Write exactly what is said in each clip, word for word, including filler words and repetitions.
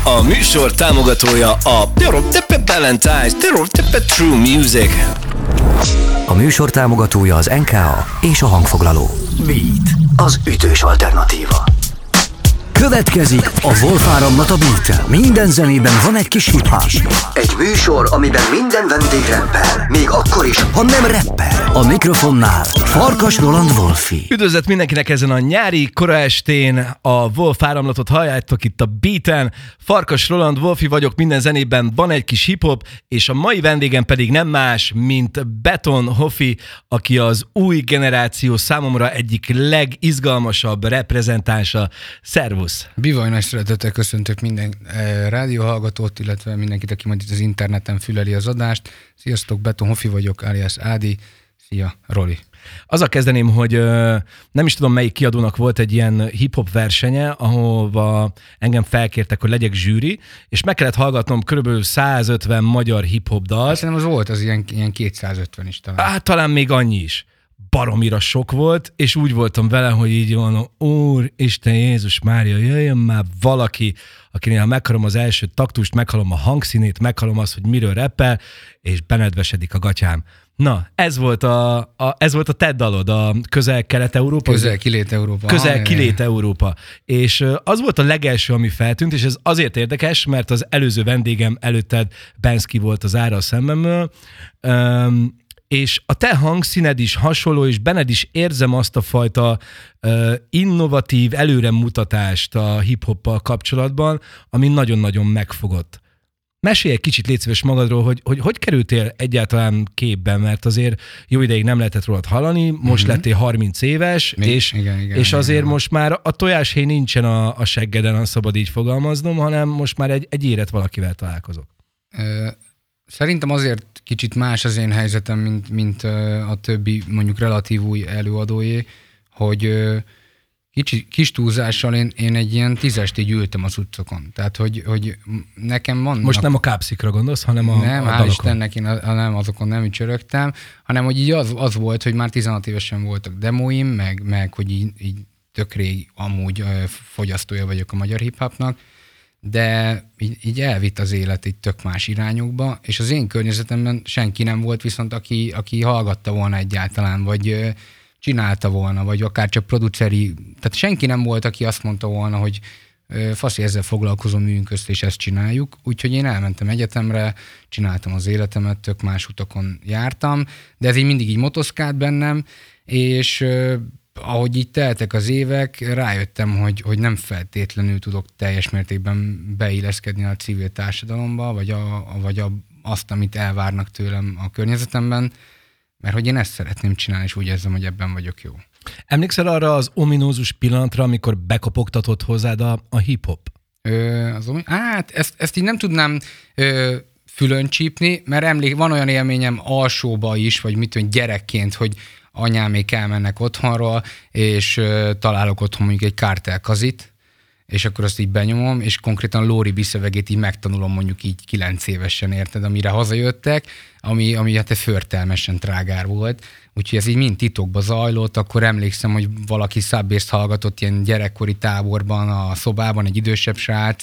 A műsor támogatója a Valentine's True Music. A műsor támogatója az en ká á és a hangfoglaló. Beat, az ütős alternatíva. Következik a Wolf Áramlat a Beat-en. Minden zenében van egy kis hip-hop. Egy műsor, amiben minden vendég rappel, még akkor is, ha nem rapper. A mikrofonnál Farkas Roland Wolfi. Üdvözlet mindenkinek ezen a nyári kora estén, a Wolf Áramlatot halljátok itt a Beat-en. Farkas Roland Wolfi vagyok, minden zenében van egy kis hip-hop, és a mai vendégem pedig nem más, mint Beton Hofi, aki az új generáció számomra egyik legizgalmasabb reprezentánsa. Szervusz! Bivaj, nagy szeretettel köszöntök minden eh, rádióhallgatót, illetve mindenkit, aki majd itt az interneten füleli az adást. Sziasztok, Beton Hofi vagyok, alias Ádi. Szia, Roli. Azzal kezdeném, hogy ö, nem is tudom, melyik kiadónak volt egy ilyen hip-hop versenye, ahova engem felkértek, hogy legyek zsűri, és meg kellett hallgatnom körülbelül százötven magyar hip-hop dalt. Szerintem az volt az ilyen, ilyen kétszázötven is talán. Hát talán még annyi is. Baromira sok volt, és úgy voltam vele, hogy így van, Úr, Isten, Jézus Mária, jöjjön már valaki, akinél ha meghallom az első taktust, meghallom a hangszínét, meghallom azt, hogy miről rappel, és benedvesedik a gatyám. Na, ez volt a, a, ez volt a te dalod, a Közel-Kelet-Európa. Közel-Kilét-Európa. Közel-Kilét-Európa. És az volt a legelső, ami feltűnt, és ez azért érdekes, mert az előző vendégem előtted Benszki volt az Ára a szemmemmől, um, és a te hangszíned is hasonló, és benned is érzem azt a fajta uh, innovatív előremutatást a hip-hoppal kapcsolatban, ami nagyon-nagyon megfogott. Mesélj egy kicsit, légy szíves magadról, hogy, hogy hogy kerültél egyáltalán képben, mert azért jó ideig nem lehetett rólad hallani, most mm-hmm. lettél harminc éves, Még, és, igen, igen, és azért igen. most már a tojáshéj nincsen a, a seggeden, ha szabad így fogalmaznom, hanem most már egy, egy érett valakivel találkozok. Ö, szerintem azért kicsit más az én helyzetem, mint, mint a többi mondjuk relatív új előadóé, hogy Kicsi, kis túlzással én, én egy ilyen tízestig ültem az utcokon. Tehát, hogy, hogy nekem van... Most nem a kápszikra gondolsz, hanem a, nem, a hál' dalokon. Istennek én a, nem azokon nem ücsörögtem, hanem hogy így az, az volt, hogy már tizenhat évesen voltak demóim, meg, meg hogy így, így tök rég amúgy fogyasztója vagyok a magyar hip-hopnak, de így, így elvitt az élet egy tök más irányokba, és az én környezetemben senki nem volt viszont, aki, aki hallgatta volna egyáltalán, vagy csinálta volna, vagy akár csak produceri, tehát senki nem volt, aki azt mondta volna, hogy faszi, ezzel foglalkozom, műünk össze, és ezt csináljuk. Úgyhogy én elmentem egyetemre, csináltam az életemet, tök más utakon jártam, de ez így mindig így motoszkált bennem, és eh, ahogy így teltek az évek, rájöttem, hogy, hogy nem feltétlenül tudok teljes mértékben beilleszkedni a civil társadalomba, vagy, a, vagy a, azt, amit elvárnak tőlem a környezetemben, mert hogy én ezt szeretném csinálni, és úgy érzem, hogy ebben vagyok jó. Emlékszel arra az ominózus pillanatra, amikor bekopogtatott hozzád a, a hip-hop? Ö, az omi... Hát ezt, ezt így nem tudnám ö, fülön csípni, mert emlék, van olyan élményem alsóba is, vagy mit tudom, gyerekként, hogy anyámék elmennek otthonról, és ö, találok otthon mondjuk egy kártelkazit, és akkor azt így benyomom, és konkrétan Lóri biszövegét így megtanulom mondjuk így kilenc évesen, érted, amire hazajöttek, ami, ami hát förtelmesen trágár volt. Úgyhogy ez így mind titokba zajlott, akkor emlékszem, hogy valaki Subbase-t hallgatott ilyen gyerekkori táborban, a szobában, egy idősebb srác.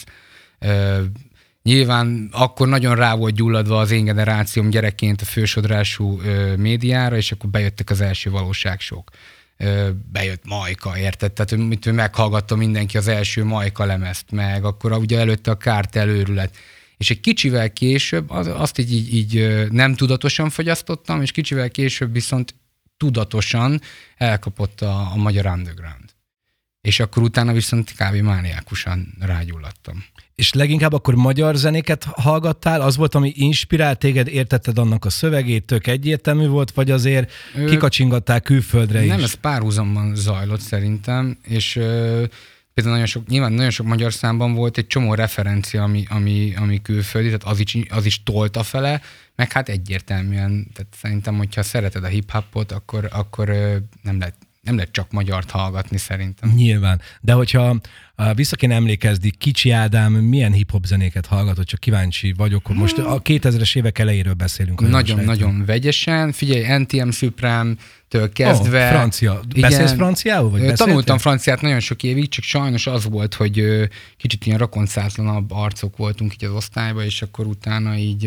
Ö, nyilván akkor nagyon rá volt gyulladva az én generációm gyerekként a fősodrású ö, médiára, és akkor bejöttek az első valóságsók. Bejött Majka, érted? Tehát mit meghallgatta mindenki az első Majka lemezt meg, akkor ugye előtte a Kártel őrület. És egy kicsivel később, az, azt így, így, így nem tudatosan fogyasztottam, és kicsivel később viszont tudatosan elkapott a, a magyar underground. És akkor utána viszont kb. Mániákusan rágyulladtam. És leginkább akkor magyar zenéket hallgattál? Az volt, ami inspirált téged, értetted annak a szövegét, tök egyértelmű volt, vagy azért ö, kikacsingattál külföldre nem, is? Nem, ez párhuzamban zajlott szerintem, és ö, például nagyon sok, nyilván nagyon sok magyar számban volt egy csomó referencia, ami, ami, ami külföldi, tehát az is, az is tolta fele, meg hát egyértelműen, tehát szerintem, hogyha szereted a hip-hopot, akkor, akkor ö, nem lehet nem lehet csak magyart hallgatni szerintem. Nyilván. De hogyha vissza kéne emlékezni, Kicsi Ádám milyen hip-hop zenéket hallgatott, csak kíváncsi vagyok. Most a kétezres évek elejéről beszélünk. Nagyon-nagyon vegyesen. Figyelj, en té em Supreme-től kezdve. Oh, francia. Beszélsz franciául? Vagy beszéltél? Tanultam franciát nagyon sok évig, csak sajnos az volt, hogy kicsit ilyen rakoncátlanabb arcok voltunk így az osztályban, és akkor utána így...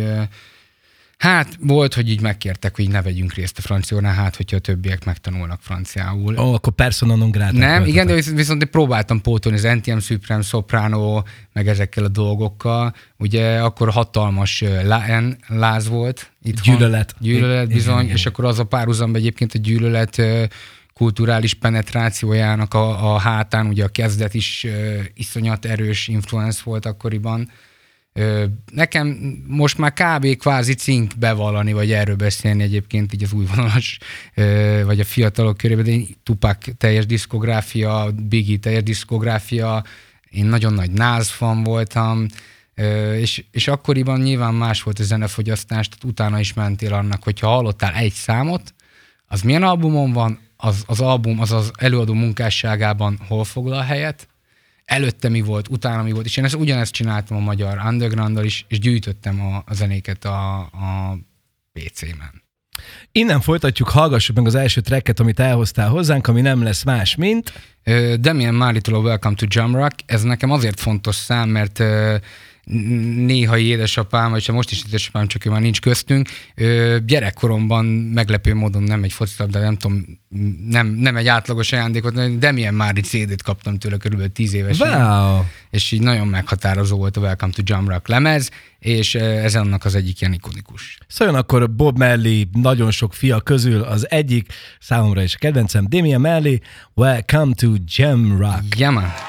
Hát volt, hogy így megkértek, hogy ne vegyünk részt a franciánál, hát hogyha a többiek megtanulnak franciául. Ó, oh, akkor persona non grata. Nem, igen, de viszont én próbáltam pótolni az en té em Supreme, Soprano, meg ezekkel a dolgokkal. Ugye akkor hatalmas lá- láz volt. Itthon. Gyűlölet. Gyűlölet bizony, igen, igen. És akkor az a párhuzamban egyébként a gyűlölet kulturális penetrációjának a, a hátán, ugye a kezdet is uh, iszonyat erős influence volt akkoriban. Nekem most már kb. Kvázi cink bevallani, vagy erről beszélni egyébként így az újvonalas, vagy a fiatalok körében, de én Tupac teljes diszkográfia, Biggie teljes diszkográfia, én nagyon nagy Nas fan voltam, és, és akkoriban nyilván más volt a zenefogyasztás, tehát utána is mentél annak, hogyha hallottál egy számot, az milyen albumon van, az, az album, az az előadó munkásságában hol foglal helyet, előtte mi volt, utána mi volt, és én ezt, ugyanezt csináltam a magyar undergrounddal is, és gyűjtöttem a, a zenéket a, a pé cé-men. Innen folytatjuk, hallgassuk meg az első tracket, amit elhoztál hozzánk, ami nem lesz más, mint... Uh, Damian Marley-tól a Welcome to Jamrock. Ez nekem azért fontos szám, mert uh, néhai édesapám, vagy most is édesapám, csak ő már nincs köztünk. Gyerekkoromban meglepő módon nem egy focilabda, nem tudom, nem, nem egy átlagos ajándékot, de milyen Mári cé dét kaptam tőle körülbelül tíz évesen. Wow. És így nagyon meghatározó volt a Welcome to Jamrock lemez, és ez annak az egyik ilyen ikonikus. Szóljon akkor Bob Marley nagyon sok fia közül az egyik, számomra is a kedvencem, Damian Marley, Welcome to Jamrock. Yeah, man.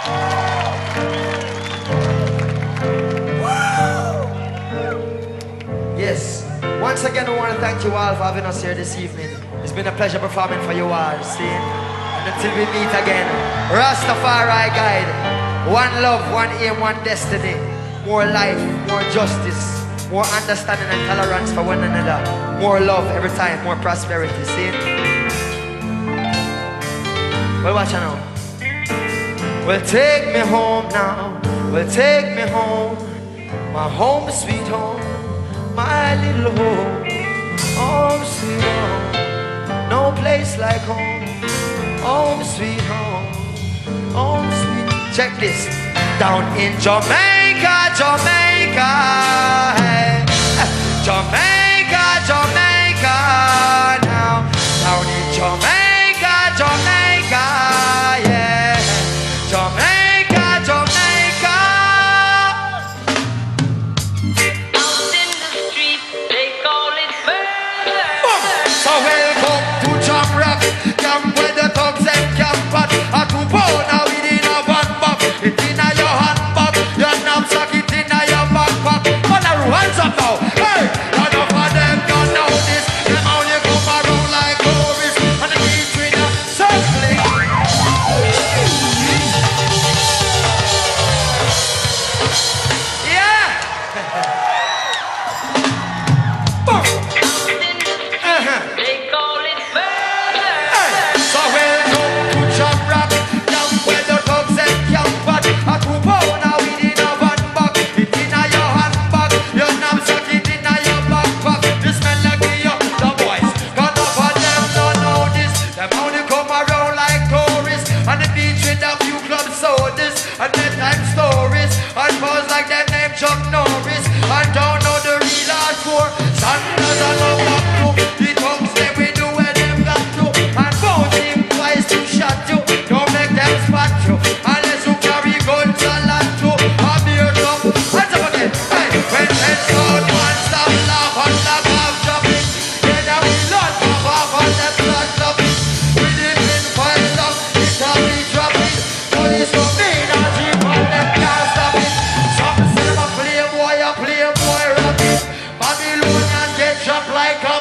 Yes, once again I want to thank you all for having us here this evening. It's been a pleasure performing for you all, see? And until we meet again, Rastafari guide, one love, one aim, one destiny, more life, more justice, more understanding and tolerance for one another, more love every time, more prosperity, see? Well, watch out now. Well, take me home now, well, take me home, my home sweet home. My little home, home sweet home, no place like home, home sweet home, home sweet. Check this, down in Jamaica, Jamaica, hey. Jamaica, Jamaica, now, down in Jamaica, Jamaica, yeah, Jamaica, Jamaica. Come with the thugs and campers, a two pounder within a one buck. It in a your handbag, your knapsack it in a your backpack. On the hands up now, hey! None of them don't know this. Them only come around like tourists, and the kids with a circling. Yeah! Chuck Norris, I don't know the real hardcore. Sanders and no back to the thugs that we do where them got to. And both him twice to shot you. Don't make them spot you unless you carry guns a lot to. A beer cup, hands up again. Hey, when men sound one stop, laugh and laugh off jumping. Then I will not pop off and them start stopping. With him in fire up, it's a big dropping. Police come in and jeep and them can't stop it. Playboy, a playboy rocket. Babylonian get shot like a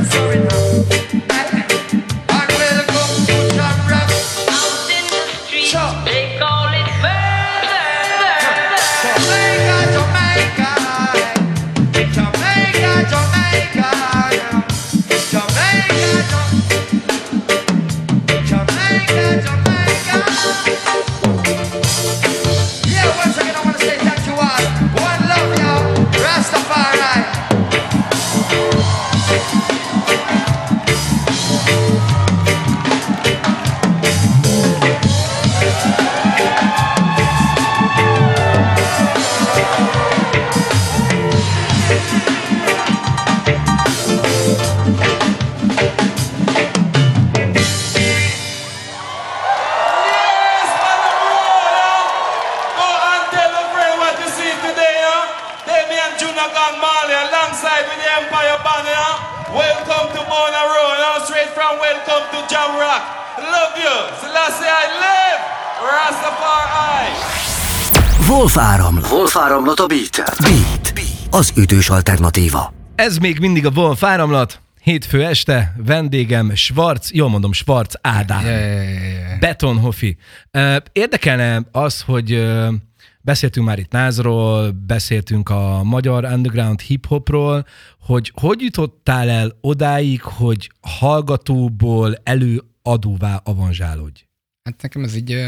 Wolfáramló. Wolfáramlott a beat. Beat. Az ütős alternatíva. Ez még mindig a Wolfáramlat. Hétfő este vendégem Schwarz, jól mondom, Schwarz Ádám. Yeah, yeah, yeah. Betonhofi. Érdekelne az, hogy beszéltünk már itt Názról, beszéltünk a magyar underground hip-hopról, hogy hogy jutottál el odáig, hogy hallgatóból előadóvá avanzsálódj? Hát nekem ez így,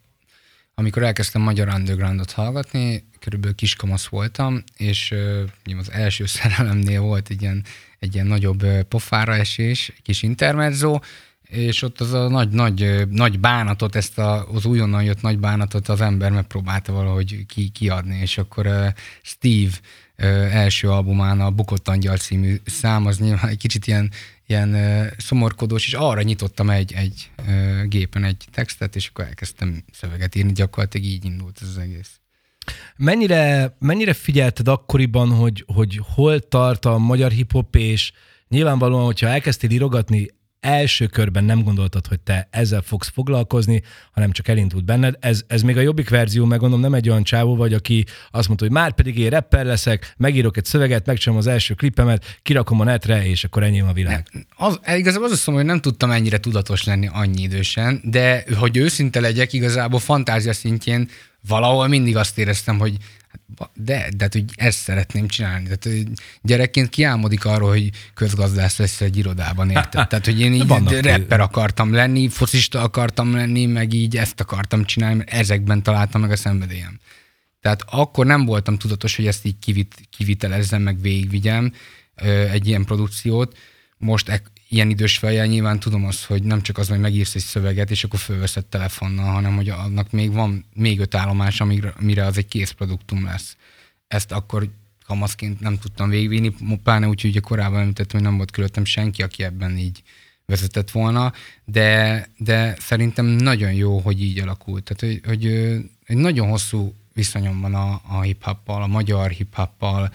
amikor elkezdtem magyar undergroundot hallgatni, körülbelül kiskamasz voltam, és az első szerelemnél volt egy ilyen, egy ilyen nagyobb pofára esés, egy kis intermezzo, és ott az a nagy, nagy, nagy bánatot, ezt a, az újonnan jött nagy bánatot az ember megpróbálta valahogy ki, kiadni, és akkor uh, Steve uh, első albumán a Bukott Angyal című szám, az nyilván egy kicsit ilyen, ilyen uh, szomorkodós, és arra nyitottam egy, egy uh, gépen egy textet, és akkor elkezdtem szöveget írni, gyakorlatilag így indult ez az egész. Mennyire, mennyire figyelted akkoriban, hogy, hogy hol tart a magyar hip-hop, és nyilvánvalóan, hogyha elkezdtél írogatni, első körben nem gondoltad, hogy te ezzel fogsz foglalkozni, hanem csak elindult benned. Ez, ez még a jobbik verzió, meg gondolom nem egy olyan csávó vagy, aki azt mondta, hogy már pedig én rapper leszek, megírok egy szöveget, megcsinálom az első klipemet, kirakom a netre, és akkor ennyi a világ. Az, igazából az azt mondom, hogy nem tudtam ennyire tudatos lenni annyi idősen, de hogy őszinte legyek, igazából fantázia szintjén valahol mindig azt éreztem, hogy de, de hogy ezt szeretném csinálni. Tehát gyerekként kiálmodik arról, hogy közgazdász lesz egy irodában, érted? Tehát, hogy én így rapper akartam lenni, focista akartam lenni, meg így ezt akartam csinálni, mert ezekben találtam meg a szenvedélyem. Tehát akkor nem voltam tudatos, hogy ezt így kivit, kivitelezzem, meg végigvigyem egy ilyen produkciót. Most e, ilyen idős fejjel nyilván tudom azt, hogy nem csak az, hogy megírsz egy szöveget, és akkor fölveszed telefonnal, hanem hogy annak még van még öt állomás, amire, amire az egy kész produktum lesz. Ezt akkor kamaszként nem tudtam végigvinni, pláne úgy, hogy korábban említettem, hogy nem volt körülöttem senki, aki ebben így vezetett volna, de, de szerintem nagyon jó, hogy így alakult. Tehát, hogy, hogy egy nagyon hosszú viszonyom van a, a hip-hoppal, a magyar hip-hoppal,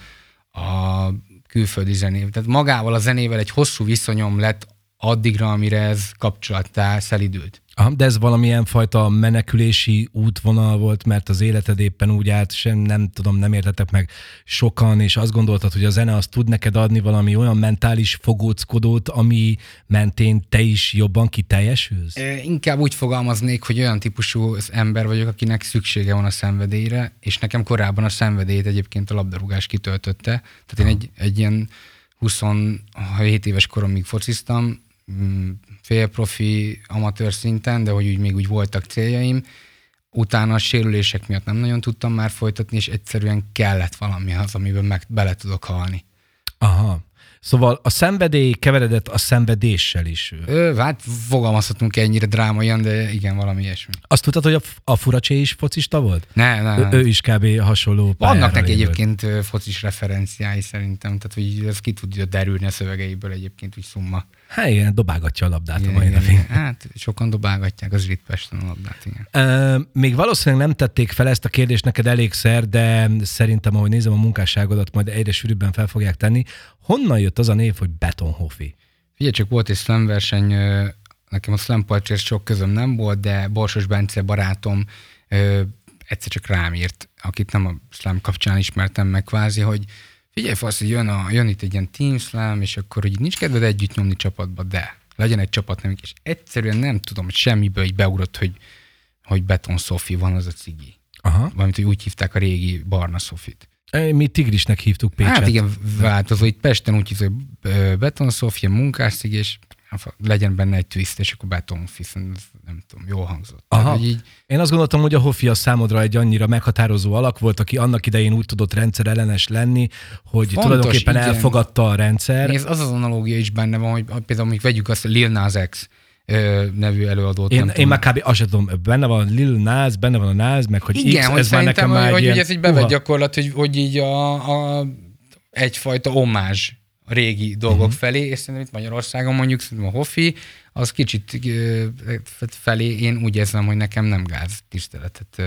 a külföldi zenével. Tehát magával a zenével egy hosszú viszonyom lett addigra, amire ez kapcsolattá szelidült. Aha, de ez valamilyen fajta menekülési útvonal volt, mert az életed éppen úgy állt, sem nem tudom, nem értetek meg sokan, és azt gondoltad, hogy a zene azt tud neked adni valami olyan mentális fogóckodót, ami mentén te is jobban kiteljesülsz? É, inkább úgy fogalmaznék, hogy olyan típusú ember vagyok, akinek szüksége van a szenvedélyre, és nekem korábban a szenvedélyt egyébként a labdarúgás kitöltötte. Tehát én egy, egy ilyen huszonhét éves koromig fociztam, félprofi, amatőr szinten, de hogy úgy még úgy voltak céljaim. Utána a sérülések miatt nem nagyon tudtam már folytatni, és egyszerűen kellett valami az, amiben meg bele tudok halni. Aha. Szóval a szenvedély keveredett a szenvedéssel is. Ö, hát fogalmazhatunk ennyire drámaian, de igen, valami ilyesmi. Azt tudtad, hogy a, a Furacsé is focista volt? Ne, ne, ne. Ő, ő is kb. Hasonló pályára. Vannak neki egyébként focis referenciái szerintem, tehát hogy ez ki tudja derülni a szövegeiből egyébként, úgy szumma. Hát igen, dobálgatja a labdát igen, a mai napig. Hát sokan dobálgatják az Ritpesten a labdát, igen. Uh, még valószínűleg nem tették fel ezt a kérdést neked elégszer, de szerintem, ahogy nézem a munkásságodat, majd egyre sűrűbben fel fogják tenni. Honnan jött az a név, hogy Betonhofi? Figyelj, csak volt egy slam verseny, nekem a slam poetryhez sok közöm nem volt, de Borsos Bence barátom egyszer csak rám írt, akit nem a slam kapcsán ismertem meg kvázi, hogy Figyelj, fasz, hogy jön, a, jön itt egy ilyen Team Slam, és akkor hogy nincs kedved együtt nyomni csapatba, de legyen egy csapat nemünk, és egyszerűen nem tudom, hogy semmiből így beugrott, hogy, hogy Beton Sophie van az a cigi. Aha. Valamint, hogy úgy hívták a régi Barna Sofit. Mi Tigrisnek hívtuk Pécset. Hát igen, változó. Itt Pesten úgy hívjuk, hogy Beton Sophie, munkásszig, és legyen benne egy twist, és akkor Beton Fiszen, nem tudom, jól hangzott. Aha. Tehát, így... Én azt gondoltam, hogy a Hofi a számodra egy annyira meghatározó alak volt, aki annak idején úgy tudott rendszerellenes lenni, hogy fontos, tulajdonképpen igen. elfogadta a rendszer. Ez az az analógia is benne van, hogy például mondjuk vegyük azt a Lil Nas X nevű előadót. Én, én már kb. Azt sem tudom, benne van Lil Nas, benne van a Nas, meg hogy igen, X, hogy ez már nekem már hogy ilyen... ez egy bevett gyakorlat, hogy, hogy így a, a egyfajta omázs a régi dolgok uh-huh. felé, és szerintem itt Magyarországon mondjuk szerintem a Hofi, az kicsit felé én úgy érzem, hogy nekem nem gáz tiszteletet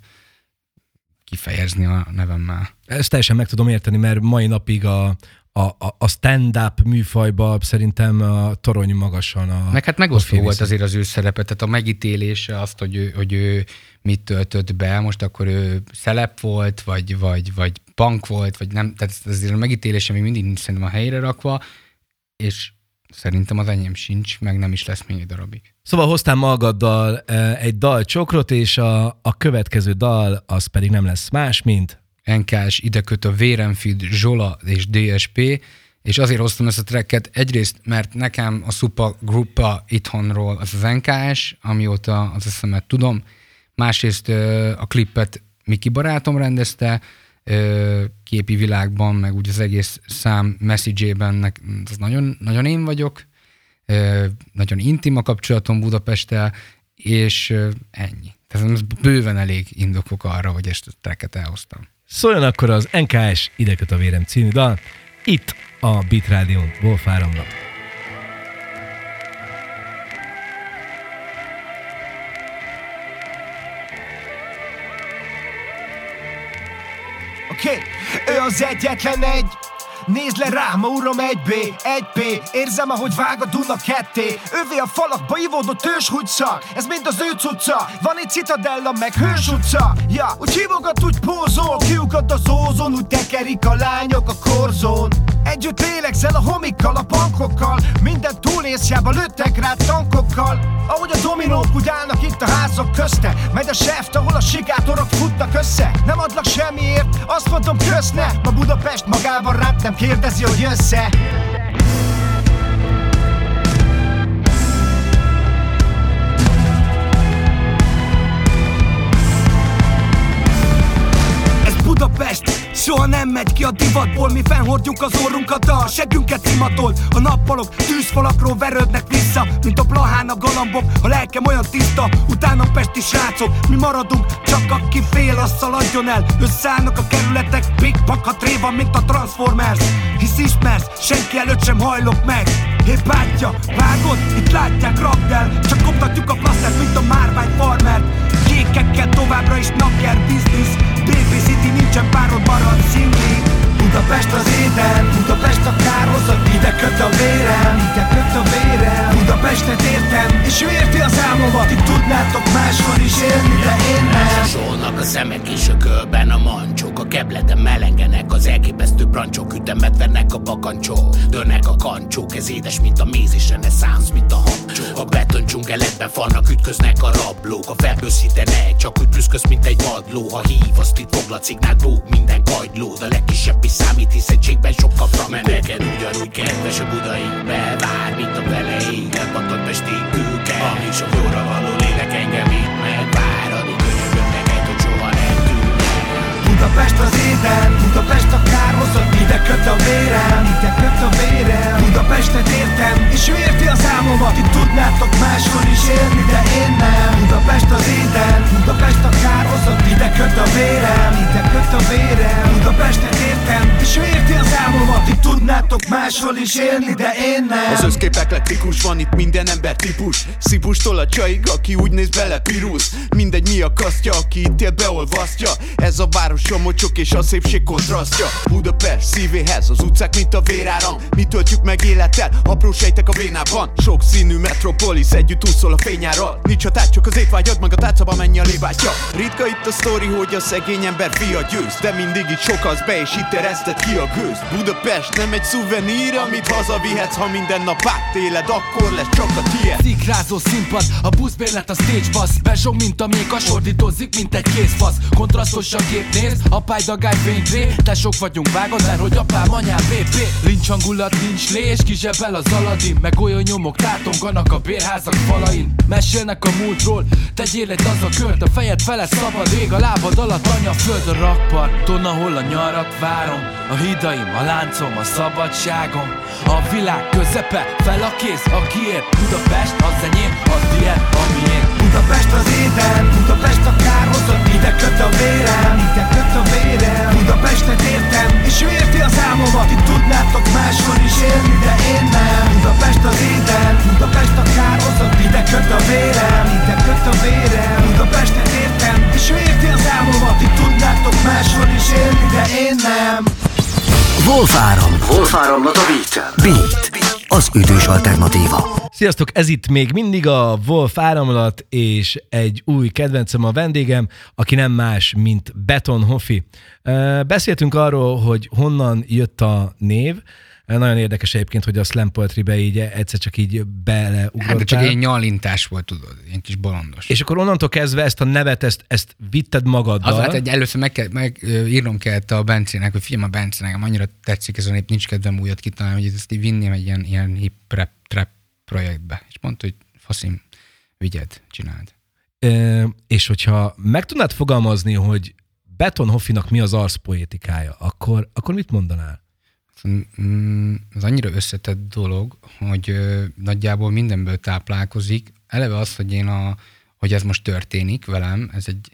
kifejezni a nevemmel. Ezt teljesen meg tudom érteni, mert mai napig a, a, a stand-up műfajban szerintem a torony magasan a... Meg hát megosztó volt azért az ő szerepe, tehát a megítélése azt, hogy ő, hogy ő mit töltött be, most akkor ő szelep volt, vagy, vagy, vagy punk volt, vagy nem, tehát azért a megítélése még mindig nincs szerintem a helyre rakva, és szerintem az enyém sincs, meg nem is lesz még egy darabig. Szóval hoztál magaddal egy dalcsokrot, és a, a következő dal az pedig nem lesz más, mint... en ká es, ide köt a Véremfid, Zsola és dé es pé, és azért hoztam ezt a tracket, egyrészt, mert nekem a Supa Gruppa itthonról az az en ká es, amióta az eszemet tudom, másrészt a klippet Miki barátom rendezte, képi világban, meg úgy az egész szám message-ében az nagyon, nagyon én vagyok, nagyon intim a kapcsolatom Budapesttel, és ennyi. Tehát ez bőven elég indokok arra, hogy ezt a tracket elhoztam. Szóljon akkor az en ká es Ide köt a vérem című dal, itt a Beat Rádión, Wolf Áramnak. Oké, okay. Ő az egyetlen egy. Nézd le rám, a uram egy B, egy P. Érzem, ahogy vág a Duna ketté. Övé a falakba ivódott ős húgyszak. Ez mind az ő cucca. Van egy citadella, meg hős utca. Ja, úgy hívogat, úgy pózol. Kiukat az ózon, úgy tekerik a lányok a korzón. Együtt lélegzel a homikkal, a pankokkal. Minden túlnézjába lőttek rá tankokkal. Ahogy a dominók úgy állnak itt a házak közte. Megy a seft, ahol a sikátorok futnak össze. Nem adlak semmiért, azt mondom köszne. Ma Budapest magával rám nem kérdezi, hogy jössze. Budapest soha nem megy ki a divatból. Mi fennhordjuk az orrunkat, de a segünket imatolt. A nappalok tűzfalakról verődnek vissza, mint a plahán a galambok. A lelkem olyan tiszta, utána pesti srácok. Mi maradunk, csak aki fél, az szaladjon el. Összeállnak a kerületek, Big Bang van, mint a Transformers. Hisz ismersz, senki előtt sem hajlok meg. Hé bátya, vágod? Itt látják, rakd el. Csak koptatjuk a flaszert, mint a márvány farmer. Kékekkel továbbra is nakker biznisz. bé bé City nincsen párod, marad szingli. Budapest az éden, Budapest a kárhozat. Ide köt a vérem, ide köt a vérem. Budapestet értem, és ő érti az álmomat. Itt tudnátok máshol is élni, de én nem. Szólnak a szemek és a kölben a mancsok. A kebleten melengenek az elképesztő brancsok. Ütemet vernek a bakancsok, dönnek a kancsók. Ez édes, mint a méz és reneszánsz, mint a habcsó. A beton dzsungeletben falnak, ütköznek a rablók. A felbőszítenek, csak úgy prüszköz, mint egy vadló. Ha hív, azt itt foglalt szignál, bóg minden kagyló. De legkisebb is számít, hisz egységben sokkal frankó. Mert neked ugyanúgy kedves a budai belvár, mint a veleig, elpattant pesti kőke. Amíg sok jóra való lélek engem itt megvár. Addig könyörgöm neked, hogy soha nem tűnnek. Budapest az éden, Budapest a kárhozat. Ide köt a vérem, ide köt a vérem. Budapestet értem, és ő érti az álmomat. Itt tudnátok máshol is élni, de én nem. Budapest az éden, Budapest a kárhozat. Ide köt a vérem, ide köt a vérem. Budapestet értem, és ő érti az álmomat. Itt tudnátok máshol is élni, de én nem. Az Összkép eklektikus, van itt minden ember típus. Szipustól a csaig, aki úgy néz bele pirusz. Mindegy mi a kasztja, aki itt él beolvasztja. Ez a város a mocsok és a szépség kontrasztja. Budapest szívéhez az utcák mint a véráram. Mi töltjük meg élettel, apró sejtek a vénában. Sok színű metropolis együtt úszol a fényárral. Nincs határ, csak az étvágyad, meg a tárcaba menj a lébátja. Ritka itt a sztori, hogy a szegény ember fia győz. De mindig itt sok az be és itt ereszted ki a gőzt. Budapest nem egy szuvenír, amit hazavihetsz. Ha minden nap átéled, akkor lesz csak a tiéd. Szikrázó színpad, a buszbérlet a stage bass. Bezsong mint a méka, sordítozik mint egy kézfasz. Kontrasztos a gép néz, apály dagály fénytré. Te sok vagyunk vágod, mert hogy apám anyám vé pé. Lincs hangulat, nincs lé, és kizsebel az Aladdin. Meg olyan nyomok tátonganak a bérházak falain. Mesélnek a múltról, tegyél egy az a kört. A fejed fele szabad ég, a lábad alatt anya föld. A rakparton, ahol a nyarat várom. A hidaim, a láncom, a szabadságom. A világ közepe, fel a kéz, a kiér. Budapest az enyém, az tiéd, a miénk. Budapest az éden, Budapest a kárhozat. Ide köt a vérem, ide köt a vérem. Budapestet értem, és ő érti az álmomat. Itt tudnátok máshol is élni, de én nem. Budapest az éden, Budapest a kárhozat. Ide köt a vérem, ide köt a vérem. Budapestet értem, és ő érti az álmomat. Itt tudnátok máshol is élni, de én nem. Wolfáram, Wolfáram not a Beat. Beat, az ütős alternatíva. Sziasztok, ez itt még mindig a Wolf Áramlat, és egy új kedvencem a vendégem, aki nem más, mint Beton Hofi. Beszéltünk arról, hogy honnan jött a név. Nagyon érdekes egyébként, hogy a slam poetrybe így egyszer csak így beleugrottál. Hát csak egy nyalintás volt, tudod, egy kis bolondos. És akkor onnantól kezdve ezt a nevet, ezt, ezt vitted magaddal. Az, hát egy először meg, kell, meg írnom kellett a Bencének, hogy figyelj, a Bence, nekem annyira tetszik ez a nép, nincs kedvem újat kitalálni, hogy ezt így vinném egy ilyen, ilyen hip rap trap projektbe. És mondta, hogy faszim, vigyed, csináld. E, és hogyha meg tudnád fogalmazni, hogy Beton Hofinak mi az arszpoétikája, akkor, akkor mit mondanál? Ez annyira összetett dolog, hogy ö, nagyjából mindenből táplálkozik. Eleve az, hogy én a, hogy ez most történik velem, ez egy,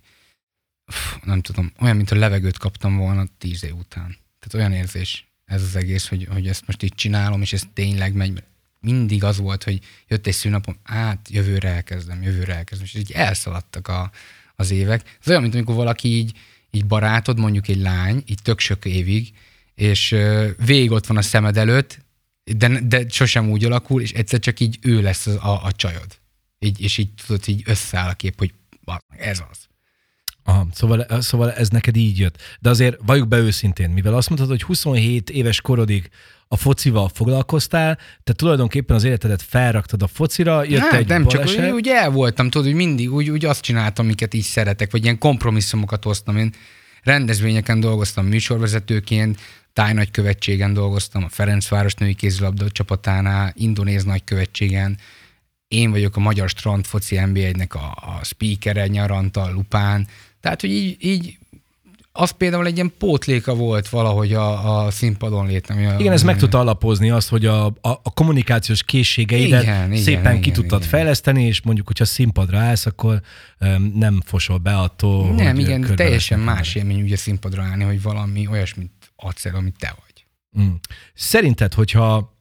pff, nem tudom, olyan, mint a levegőt kaptam volna tíz év után. Tehát olyan érzés ez az egész, hogy, hogy ezt most így csinálom, és ez tényleg megy. Mindig az volt, hogy jött egy szűnapom, át jövőre elkezdem, jövőre elkezdem, és így elszaladtak a, az évek. Ez olyan, mint amikor valaki így, így barátod, mondjuk egy lány, így tök sok évig, és végig ott van a szemed előtt, de, de sosem úgy alakul, és egyszer csak így ő lesz a, a, a csajod. Így, és így tudod, így összeáll a kép, hogy ez az. Aha, szóval, szóval ez neked így jött. De azért valljuk be őszintén, mivel azt mondtad, hogy huszonhét éves korodig a focival foglalkoztál, te tulajdonképpen az életedet felraktad a focira, jött hát, egy nem baleset. csak, úgy, úgy el voltam, tudod, hogy mindig úgy, úgy azt csináltam, amiket így szeretek, vagy ilyen kompromisszumokat hoztam. Én rendezvényeken dolgoztam műsorvezetőként, tájnagykövetségen dolgoztam, a Ferencváros női kézilabda csapatánál, indonéz nagykövetségen. Én vagyok a Magyar Strand Foci en bé egynek a, a speakere nyaranta, Lupán. Tehát, hogy így, így az például egy ilyen pótléka volt valahogy a, a színpadon létem. Igen, a, ez meg tudta alapozni azt, hogy a, a, a kommunikációs készségeidet igen, szépen igen, ki igen, tudtad igen. fejleszteni, és mondjuk, hogyha színpadra állsz, akkor um, nem fosol be attól, nem, hogy igen, teljesen más ember. élmény ugye színpadra állni, hogy valami olyasmit adsz el, amit te vagy. Mm. Szerinted, hogyha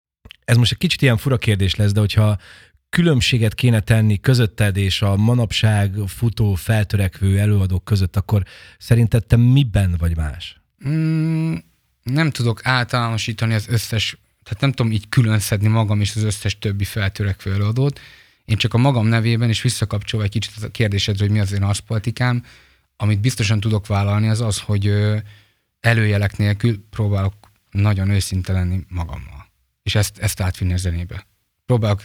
ez most egy kicsit ilyen fura kérdés lesz, de hogyha különbséget kéne tenni közötted és a manapság futó, feltörekvő előadók között, akkor szerinted te miben vagy más? Mm, nem tudok általánosítani az összes, tehát nem tudom így külön szedni magam és az összes többi feltörekvő előadót. Én csak a magam nevében, és visszakapcsolva egy kicsit a kérdésedre, hogy mi az én arszpolitikám, amit biztosan tudok vállalni, az az, hogy előjelek nélkül próbálok nagyon őszinte lenni magammal. És ezt, ezt átvinni a zenébe. Próbálok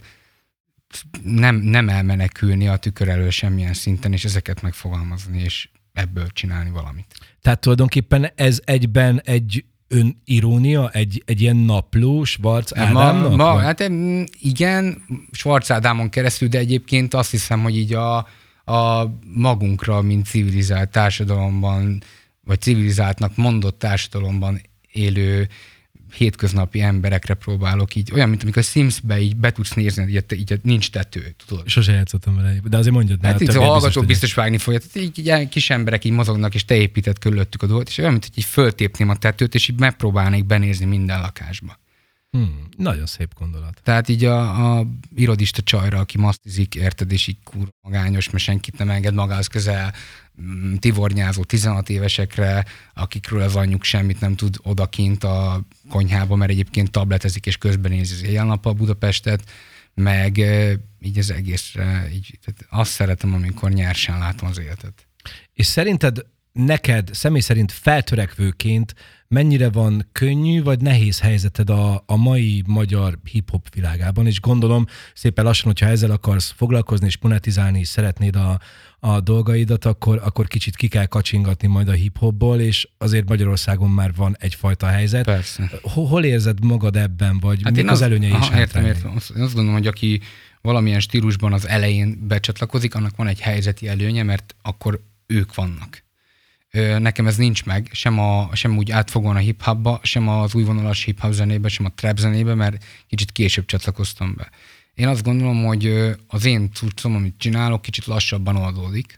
nem, nem elmenekülni a tükör elől semmilyen szinten, és ezeket megfogalmazni, és ebből csinálni valamit. Tehát tulajdonképpen ez egyben egy önirónia, egy, egy ilyen napló Schwarz Ádámnak? Ma, ma, hát igen, Schwarz Ádámon keresztül, de egyébként azt hiszem, hogy így a, a magunkra, mint civilizált társadalomban, vagy civilizáltnak mondott társadalomban élő hétköznapi emberekre próbálok így, olyan, mint amikor a Sims-be így be tudsz nézni, így, így nincs tető, tudod. Sose játszottam vele, de azért mondjad. Hát így a hallgatók biztos vágni fogja. Így, így, így kis emberek így mozognak, és te épített körülöttük a dolgot, és olyan, mint hogy így föltépném a tetőt, és így megpróbálnék benézni minden lakásba. Hmm, nagyon szép gondolat. Tehát így a, a irodista csajra, aki masztizik, érted, és így kurva magányos, mert senkit nem enged magához közel, tivornyázó tizenhat évesekre, akikről az anyjuk semmit nem tud odakint a konyhába, mert egyébként tabletezik és közben nézi az éjjel-nappal Budapestet, meg így az egészre, így, tehát azt szeretem, amikor nyersen látom az életet. És szerinted neked személy szerint feltörekvőként mennyire van könnyű vagy nehéz helyzeted a, a mai magyar hip-hop világában, és gondolom szépen lassan, hogyha ezzel akarsz foglalkozni és monetizálni, és szeretnéd a, a dolgaidat, akkor, akkor kicsit ki kell kacsingatni majd a hip-hopból, és azért Magyarországon már van egyfajta helyzet. Persze. Hol, hol érzed magad ebben, vagy hát mik az előnyei is? Aha, értem, értem. Azt, azt gondolom, hogy aki valamilyen stílusban az elején becsatlakozik, annak van egy helyzeti előnye, mert akkor ők vannak. Nekem ez nincs meg, sem, a, sem úgy átfogóan a hip-hopba, sem az újvonalas hip-hop zenébe, sem a trap zenébe, mert kicsit később csatlakoztam be. Én azt gondolom, hogy az én cuccom, amit csinálok, kicsit lassabban oldódik,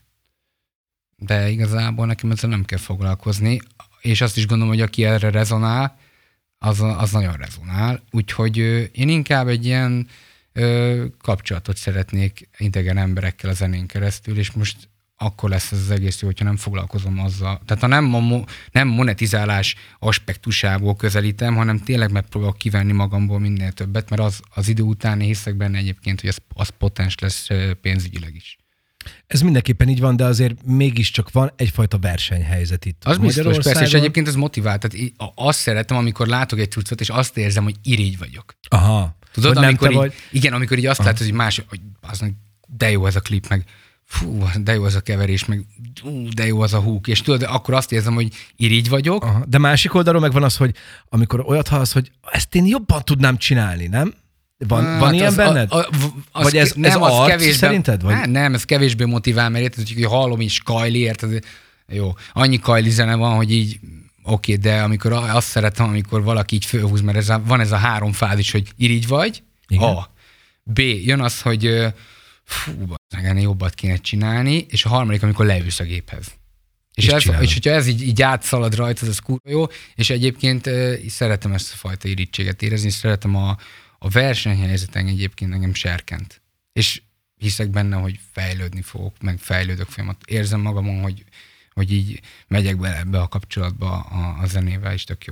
de igazából nekem ezzel nem kell foglalkozni, és azt is gondolom, hogy aki erre rezonál, az, az nagyon rezonál, úgyhogy én inkább egy ilyen kapcsolatot szeretnék integren emberekkel a zenén keresztül, és most akkor lesz ez az egész jó, hogyha nem foglalkozom azzal. Tehát ha nem, a, nem monetizálás aspektusából közelítem, hanem tényleg megpróbálok kivenni magamból minél többet, mert az, az idő után hiszek benne egyébként, hogy az, az potens lesz pénzügyileg is. Ez mindenképpen így van, de azért mégiscsak van egyfajta versenyhelyzet itt. Az biztos, persze, és egyébként ez motivál. Tehát azt szeretem, amikor látok egy cuccot, és azt érzem, hogy irigy vagyok. Aha. Tudod, amikor így, vagy... igen, amikor így azt látod, hogy más, hogy az, de jó ez a klip, meg fú, de jó az a keverés, meg ú, de jó az a húk, és tudod, akkor azt érzem, hogy irigy vagyok. Aha. De másik oldalról meg van az, hogy amikor olyat hallasz, hogy ezt én jobban tudnám csinálni, nem? Van, hát van ilyen az, benned? A, a, az vagy ez, nem, ez az arc kevésbé, szerinted? Vagy? Hát nem, ez kevésbé motivál, mert érted, hogy hallom is Kylie, érted? Jó, annyi Kylie zene van, hogy így oké, okay, de amikor azt szeretem, amikor valaki így fölhúz, mert ez a, van ez a három fázis, hogy irigy vagy, igen. A. B. Jön az, hogy fú, ennél jobbat kéne csinálni, és a harmadik, amikor leülsz a géphez. És, és, ez, és hogyha ez így, így átszalad rajta, ez kurva jó, és egyébként uh, szeretem ezt a fajta irítséget érezni, és szeretem a, a versenyhelyzeten egyébként engem serkent. És hiszek benne, hogy fejlődni fogok, meg fejlődök folyamat. Érzem magamon, hogy, hogy így megyek bele ebbe a kapcsolatba a, a zenével, és tök jó.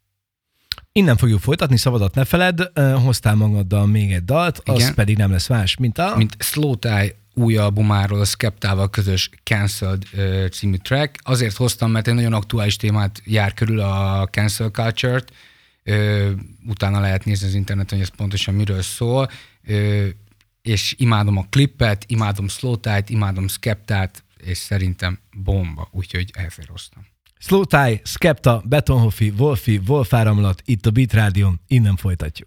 Innen fogjuk folytatni, szabadat ne feledd, hoztál magaddal még egy dalt, az igen. pedig nem lesz más, mint a... Mint Slowthai új albumáról, a Skeptával közös Cancelled uh, című track. Azért hoztam, mert egy nagyon aktuális témát jár körül a cancel culture-t. Uh, utána lehet nézni az interneten, hogy ez pontosan miről szól. Uh, és imádom a klippet, imádom Slowthait, imádom Skeptát, és szerintem bomba, úgyhogy ezért hoztam. Slowthai, Skepta, Betonhoffi, Wolfi, Wolfáramlat, itt a Beat Rádión, innen folytatjuk.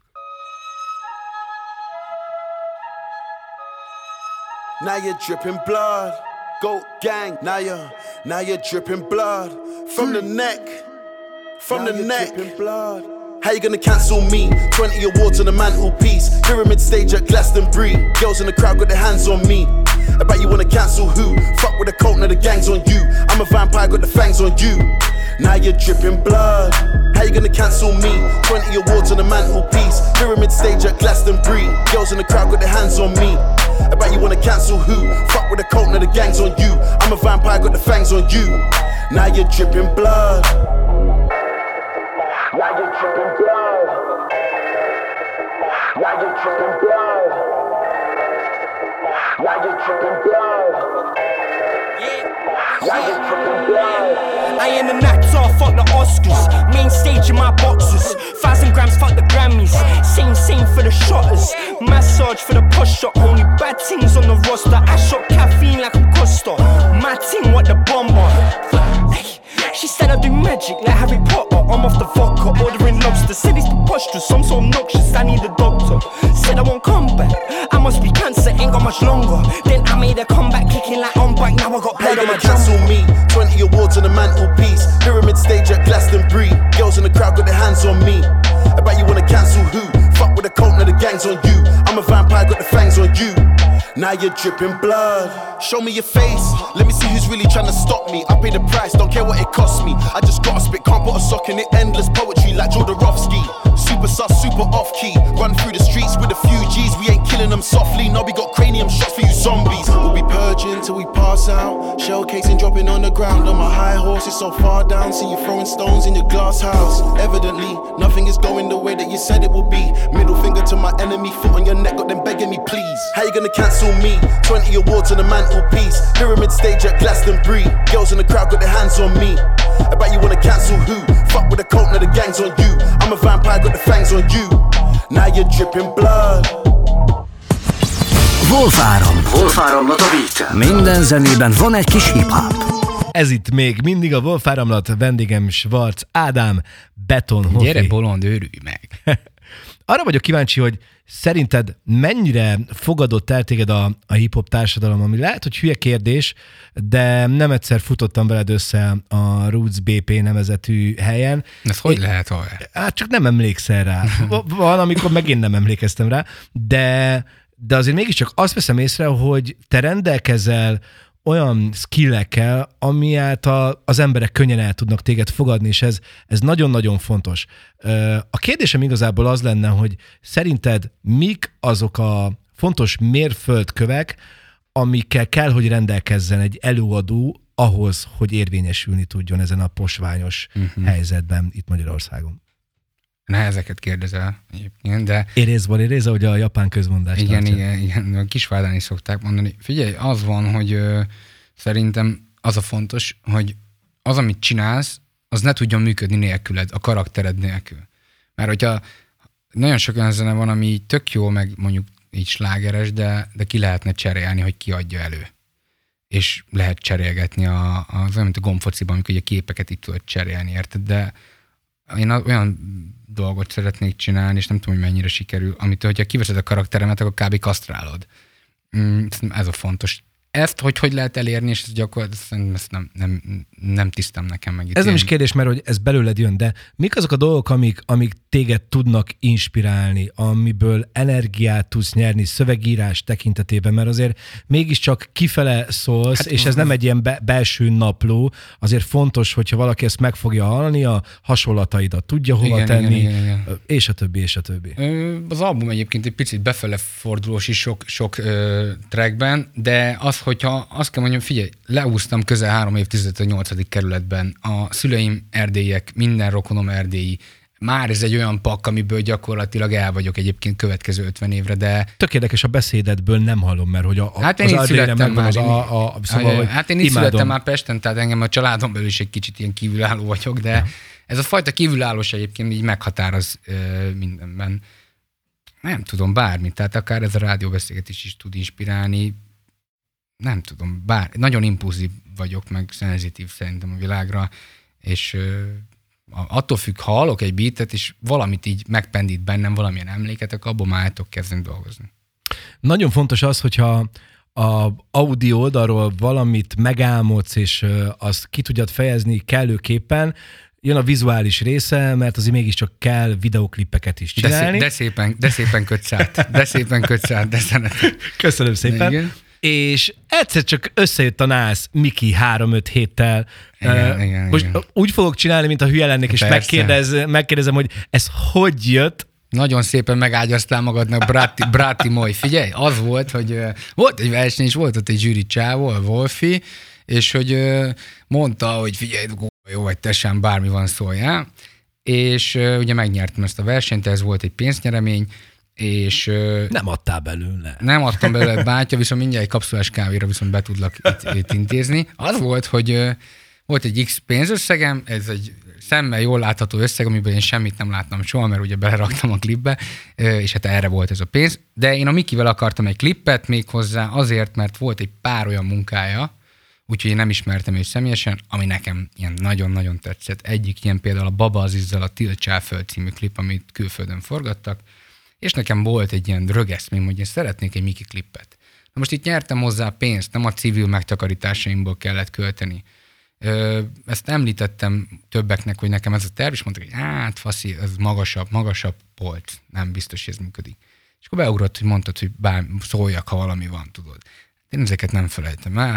Now you're dripping blood, goat gang. Now you're, now you're dripping blood from the neck, from now the neck. Blood. How you gonna cancel me? twenty awards on the mantelpiece. Pyramid stage at Glastonbury. Girls in the crowd got their hands on me. I bet you wanna cancel who? Fuck with the cult, now the gang's on you. I'm a vampire, got the fangs on you. Now you're dripping blood. How you gonna cancel me? twenty awards on the mantelpiece. Pyramid stage at Glastonbury. Girls in the crowd got their hands on me. I bet you wanna cancel who? Fuck with the cult, now the gang's on you. I'm a vampire, got the fangs on you. Now you're dripping blood. Now you're dripping blood. Now you're dripping blood. Now you're dripping blood. Now you're dripping blood. I am an actor, fuck the Oscars. Main stage in my boxes. Thousand grams, fuck the Grammys. Same, same for the shotters. Massage for the posture. Only bad things on the roster. I shot caffeine like a Costa. My team, what the bomber. She said I do magic like Harry Potter. I'm off the vodka, ordering lobster. Said it's preposterous, I'm so obnoxious, I need a doctor. Said I won't come back, I must be cancer, ain't got much longer. Then I made a comeback, kicking like on bike. Now I got blood on my cancel me, twenty awards on the mantelpiece. Pyramid stage at Glastonbury. Girls in the crowd got their hands on me. I bet you wanna cancel who? Fuck with the cult, now the gang's on you. I'm a vampire, got the fangs on you. now you're dripping blood. Show me your face, let me see who's really trying to stop me. I pay the price, don't care what it costs me. I just gotta spit, can't put a sock in it. Endless poetry like Jodorowsky. Super sus, super off key. Run through the streets with a few G's. We ain't killing them softly, no, we got cranium shots for you zombies. We'll be purging till we pass out. Shell casing dropping on the ground. On my high horse, it's so far down. See you throwing stones in your glass house. Evidently, nothing is going the way that you said it will be. Middle finger to my enemy, foot on your neck, got them begging me please. How you gonna cancel me? twenty awards on the mantelpiece. Pyramid stage at Glastonbury. Girls in the crowd got their hands on me. I bet you wanna cancel who? Fuck with the cult, now the gang's on you. I'm a vampire, got the fangs on you. Now you're dripping blood. Wolfáram, Wolfáramlat a beat. Minden zenében van egy kis hip-hop. Ez itt még mindig a Wolfáramlat, vendégem Schwarz Ádám, Beton Hofi. Gyere bolond, őrülj meg. Arra vagyok kíváncsi, hogy szerinted mennyire fogadott el téged a, a hip-hop társadalom, ami lehet, hogy hülye kérdés, de nem egyszer futottam veled össze a Roots bé pé nevezetű helyen. Ez hogy lehet olyan? Hát csak nem emlékszel rá. Van, amikor megint nem emlékeztem rá, de, de azért mégiscsak azt veszem észre, hogy te rendelkezel olyan skillekkel, ami által az emberek könnyen el tudnak téged fogadni, és ez, ez nagyon-nagyon fontos. A kérdésem igazából az lenne, hogy szerinted mik azok a fontos mérföldkövek, amikkel kell, hogy rendelkezzen egy előadó ahhoz, hogy érvényesülni tudjon ezen a posványos uh-huh. helyzetben itt Magyarországon? Nehezeket kérdezel egyébként, de... Érézból éréz, ahogy a japán közmondás. Igen, tartja. igen, igen, a Kisvárdán is szokták mondani. Figyelj, az van, hogy ö, szerintem az a fontos, hogy az, amit csinálsz, az ne tudjon működni nélküled, a karaktered nélkül. Mert hogyha nagyon sok olyan zene van, ami tök jó, meg mondjuk így slágeres, de, de ki lehetne cserélni, hogy ki adja elő. És lehet cserélgetni a, a, az olyan, mint a gombfociban, amikor ugye képeket itt tudod cserélni, érted? De én olyan dolgot szeretnék csinálni, és nem tudom, hogy mennyire sikerül, amit, hogyha kiveszed a karakteremet, akkor kb. Kasztrálod. Mm, ez a fontos. Ezt, hogy hogy lehet elérni, és ez gyakorlatilag ezt nem, nem, nem tisztem nekem meg. Ez nem is kérdés, mert hogy ez belőled jön, de mik azok a dolgok, amik, amik téged tudnak inspirálni, amiből energiát tudsz nyerni szövegírás tekintetében, mert azért mégiscsak kifele szólsz, hát, és ez nem egy ilyen be, belső napló, azért fontos, hogyha valaki ezt meg fogja hallani, a hasonlataidat tudja hova igen, tenni, igen, igen, igen. és a többi, és a többi. Az album egyébként egy picit befele fordulós is sok, sok ö, trackben, de az, hogyha azt kell mondjam, figyelj, leúztam közel három évtizedet a nyolcadik kerületben, a szüleim erdélyiek, minden rokonom erdélyi, már ez egy olyan pakk, amiből gyakorlatilag el vagyok egyébként következő ötven évre, de... Tök érdekes, a beszédedből nem hallom, mert hogy a, hát én az így születtem már. Az a, a, szóval, a, hát én így születtem már Pesten, tehát engem a családom belül is egy kicsit ilyen kívülálló vagyok, de ja. Ez a fajta kívülállós egyébként így meghatároz ö, mindenben. Nem tudom, bármit, tehát akár ez a rádióbeszélgetés is tud inspirálni, nem tudom, bár nagyon impulzív vagyok, meg szenzitív szerintem a világra, és ö, attól függ, ha hallok egy beatet, és valamit így megpendít bennem, valamilyen emléket, akkor abból már el tudok kezdeni dolgozni. Nagyon fontos az, hogyha a audio oldalról valamit megálmodsz, és azt ki tudjad fejezni kellőképpen, jön a vizuális része, mert azért mégiscsak kell videoklippeket is csinálni. De, szé- de szépen, de szépen kötsz át, de szépen kötsz át, de szeretem. Köszönöm szépen. Igen. És egyszer csak összejött a nász Miki három-öt héttel. Igen, uh, igen, most igen. úgy fogok csinálni, mint a hülye lennék, és megkérdez, megkérdezem, hogy ez hogy jött. Nagyon szépen megágyaztál magadnak, Bráti, Bráti Moly. Figyelj, az volt, hogy uh, volt egy verseny, és volt ott egy zsűri csávó, a Wolfi, és hogy uh, mondta, hogy figyelj, jó vagy tesám, bármi van, szóljál. És uh, ugye megnyertem ezt a versenyt, ez volt egy pénznyeremény, és... Nem adtál belőle. Nem adtam belőle, bátya, viszont mindjárt egy kapszulás kávéra viszont be tudlak itt, itt intézni. Az volt, hogy volt egy X pénzösszegem, ez egy szemmel jól látható összeg, amiből én semmit nem láttam soha, mert ugye beleraktam a klipbe, és hát erre volt ez a pénz. De én a Mikivel akartam egy klippet még hozzá azért, mert volt egy pár olyan munkája, úgyhogy én nem ismertem őt személyesen, ami nekem ilyen nagyon-nagyon tetszett. Egyik ilyen például a Baba Azizzal a Tiltsál föl című klip, amit külföldön forgattak, és nekem volt egy ilyen rögeszmém, hogy én szeretnék egy Miki klippet. Na most itt nyertem hozzá pénzt, nem a civil megtakarításaimból kellett költeni. Ö, ezt említettem többeknek, hogy nekem ez a terv, és mondták, hogy hát faszi, ez magasabb, magasabb polc, nem biztos, hogy ez működik. És akkor beugrott, hogy mondtad, hogy bár szóljak, ha valami van, tudod. Én ezeket nem felejtem el.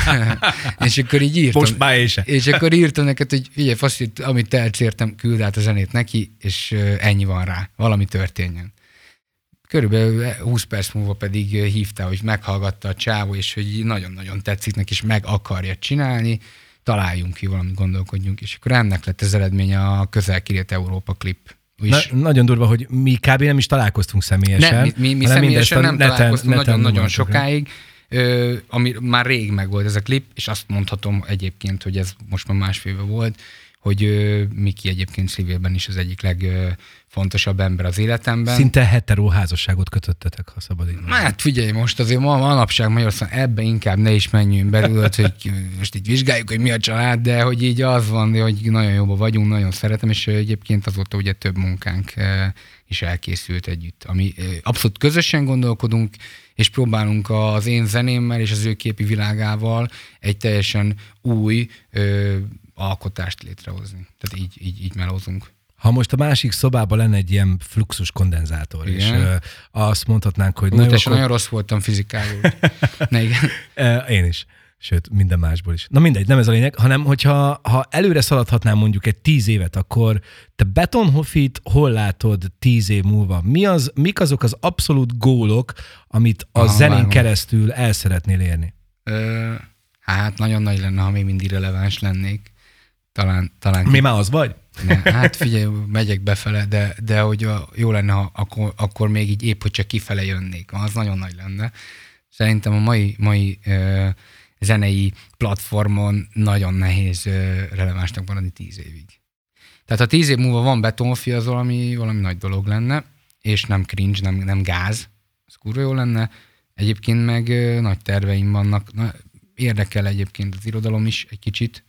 És akkor így írtam. Most már és És akkor írtam neked, hogy figyelj, faszít, amit te elcsértem, küld át a zenét neki, és ennyi van rá, valami történjen. Körülbelül húsz perc múlva pedig hívta, hogy meghallgatta a csávó, és hogy nagyon-nagyon tetszik neki, és meg akarja csinálni, találjunk ki valamit, gondolkodjunk, és akkor ennek lett az eredménye a Közel-Kilér Európa klip. Na, nagyon durva, hogy mi kb. Nem is találkoztunk személyesen. Nem, mi, mi, mi személyesen nem neten, találkoztunk nagyon-nagyon sokáig, ö, ami már rég megvolt ez a klip, és azt mondhatom egyébként, hogy ez most már másfél éve volt, hogy ö, Miki egyébként civilben is az egyik legfontosabb ember az életemben. Szinte hetero házasságot kötöttetek, ha szabad így. Hát figyelj, most azért ma manapság Magyarországon ebbe inkább ne is menjünk belül, hogy most így vizsgáljuk, hogy mi a család, de hogy így az van, hogy nagyon jóban vagyunk, nagyon szeretem, és egyébként azóta ugye több munkánk is elkészült együtt, ami abszolút közösen gondolkodunk, és próbálunk az én zenémmel és az ő képi világával egy teljesen új ö, alkotást létrehozni. Tehát így, így, így melózunk. Ha most a másik szobában lenne egy ilyen fluxus kondenzátor, igen. és ö, azt mondhatnánk, hogy... Úgy, akkor... nagyon rossz voltam fizikából. Ne, igen. Én is. Sőt, minden másból is. Na mindegy, nem ez a lényeg, hanem hogyha ha előre szaladhatnám mondjuk egy tíz évet, akkor te Betonhoffit hol látod tíz év múlva? Mi az, mik azok az abszolút gólok, amit a Aha, zenén vágom. keresztül el szeretnél érni? Ö, hát nagyon nagy lenne, ha még mindig releváns lennék. Talán, talán Mi ki... már az vagy? Ne, hát figyelj, megyek befele, de, de hogy a, jó lenne, ha akkor, akkor még így épp, hogy csak kifele jönnék. Az nagyon nagy lenne. Szerintem a mai, mai ö, zenei platformon nagyon nehéz ö, relevánsnak maradni tíz évig. Tehát ha tíz év múlva van Betonhoffi, az valami, valami nagy dolog lenne, és nem cringe, nem, nem gáz. Ez kurva jó lenne. Egyébként meg ö, nagy terveim vannak. Na, érdekel egyébként az irodalom is egy kicsit.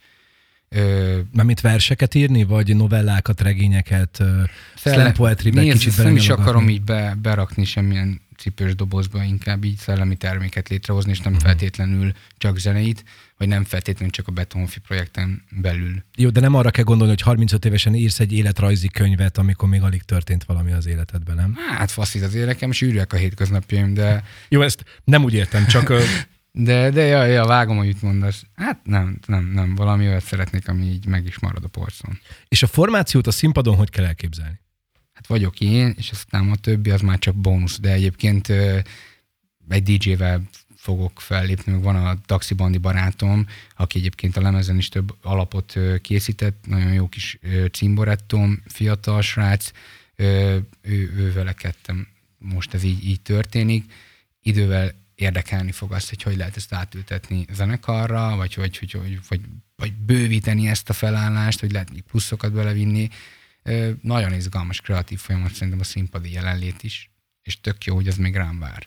Mert mit verseket írni, vagy novellákat, regényeket, slam poetrybe kicsit nem is akarom így be, berakni semmilyen cipős dobozba, inkább így szellemi terméket létrehozni, és nem uh-huh. feltétlenül csak zeneit, vagy nem feltétlenül csak a Betonhoffi projekten belül. Jó, de nem arra kell gondolni, hogy harmincöt évesen írsz egy életrajzi könyvet, amikor még alig történt valami az életedben, nem? Hát faszít az érekem, és űrűek a hétköznapjaim, de... Jó, ezt nem úgy értem, csak... De, de ja, ja, vágom, hogy mit mondasz. Hát nem, nem, nem, valami olyat szeretnék, ami így meg is marad a polcon. És a formációt a színpadon hogy kell elképzelni? Hát vagyok én, és aztán a többi az már csak bónusz, de egyébként ö, egy dé dzsével fogok fellépni, meg van a Taxi Bandi barátom, aki egyébként a lemezen is több alapot ö, készített, nagyon jó kis ö, cimborettom, fiatal srác, ö, ő, ő vele kettem, most ez így, így történik, idővel érdekelni fog azt, hogy hogy lehet ezt átültetni zenekarra, vagy hogy, hogy, hogy, vagy, vagy bővíteni ezt a felállást, hogy lehet még pluszokat belevinni. Nagyon izgalmas, kreatív folyamat szerintem a színpadi jelenlét is, és tök jó, hogy ez még rám vár.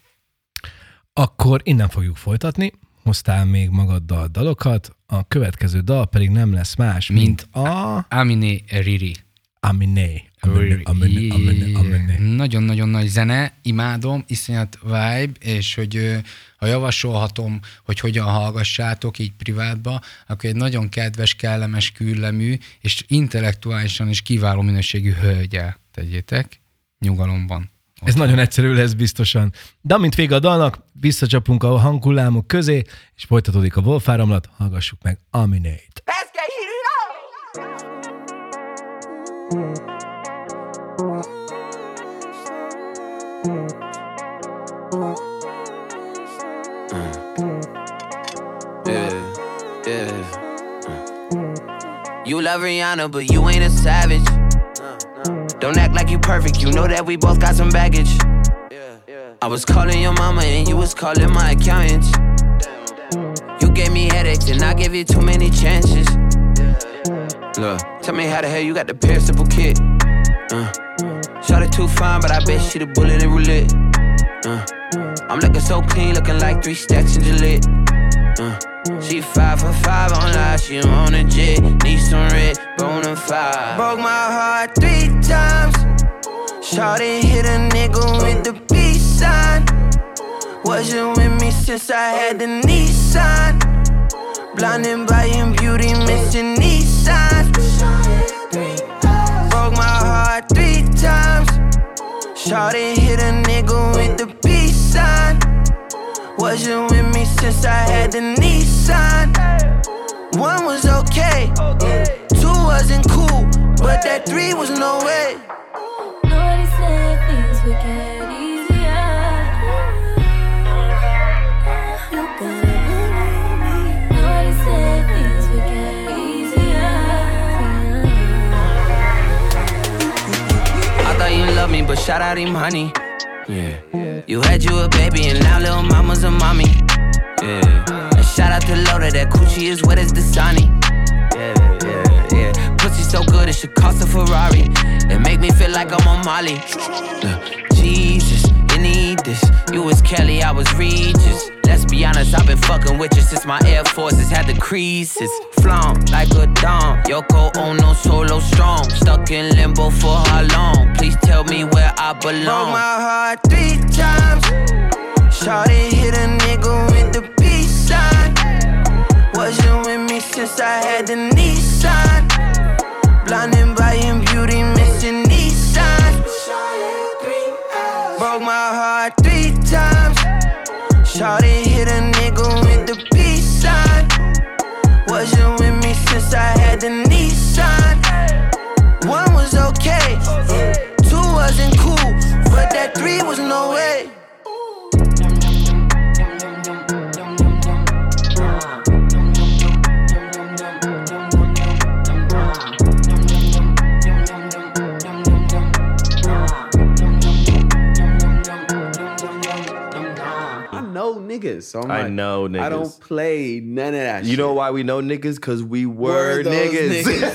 Akkor innen fogjuk folytatni. Hoztál még magaddal dalokat, a következő dal pedig nem lesz más, mint, mint a... Aminé Riri. Aminé. Nagyon-nagyon nagy zene, imádom, iszonyat vibe, és hogy ha javasolhatom, hogy hogyan hallgassátok így privátba, akkor egy nagyon kedves, kellemes küllemű, és intellektuálisan is kiváló minőségű hölgyel tegyétek nyugalomban. Ez van. Nagyon egyszerű lesz biztosan. De amint vége a dalnak, visszacsapunk a hanghullámok közé, és folytatódik a Wolfáramlat, hallgassuk meg Aminét. Let's get heated up! Yeah, yeah. You love Rihanna, but you ain't a savage. Don't act like you perfect, you know that we both got some baggage. I was calling your mama and you was calling my accountants. You gave me headaches and I gave you too many chances. Look, tell me how the hell you got the pierceable kid. Uh, Shawty too fine, but I bet she the bullet in roulette. Uh, I'm looking so clean, looking like three stacks in Gillette. Uh, she five for five on live, she on a jet. Need some red, bona fide. Broke my heart three times. Shawty hit a nigga with the peace sign. Wasn't with me since I had the Nissan. Blinded by your beauty, missing these signs. Broke my heart three times. Shawty hit a nigga with the peace sign. Wasn't with me since I had the Nissan. One was okay, two wasn't cool, but that three was no way. Nobody said things would get easier. You gotta believe me. Nobody said things would get easier. I thought you loved me, but shout out him, honey. Yeah. You had you a baby and now little mama's a mommy. Yeah. And shout out to Loda, that coochie is wet as the Dasani. Yeah, yeah, yeah. Pussy so good it should cost a Ferrari. It make me feel like I'm on Molly. Uh, Jesus, you need this. You was Kelly, I was Regis. Let's be honest, I've been fucking with you since my Air Forces had the creases. Flown like a dawn. Yoko Ono solo strong. Stuck in limbo for how long? Please tell me where I belong. Broke my heart three times. Shawty hit a nigga with the peace sign. Wasn't with me since I had the Nissan. Blinded by your beauty, missing these signs. Broke my heart three times. Shawty hit a nigga with the peace sign. Wasn't with me since I had the Nissan. One was okay, two wasn't cool, but that three was no way. Niggas, so I'm I like, know niggas. I don't play none of that. You shit. know why we know niggas? Cause we were, were niggas.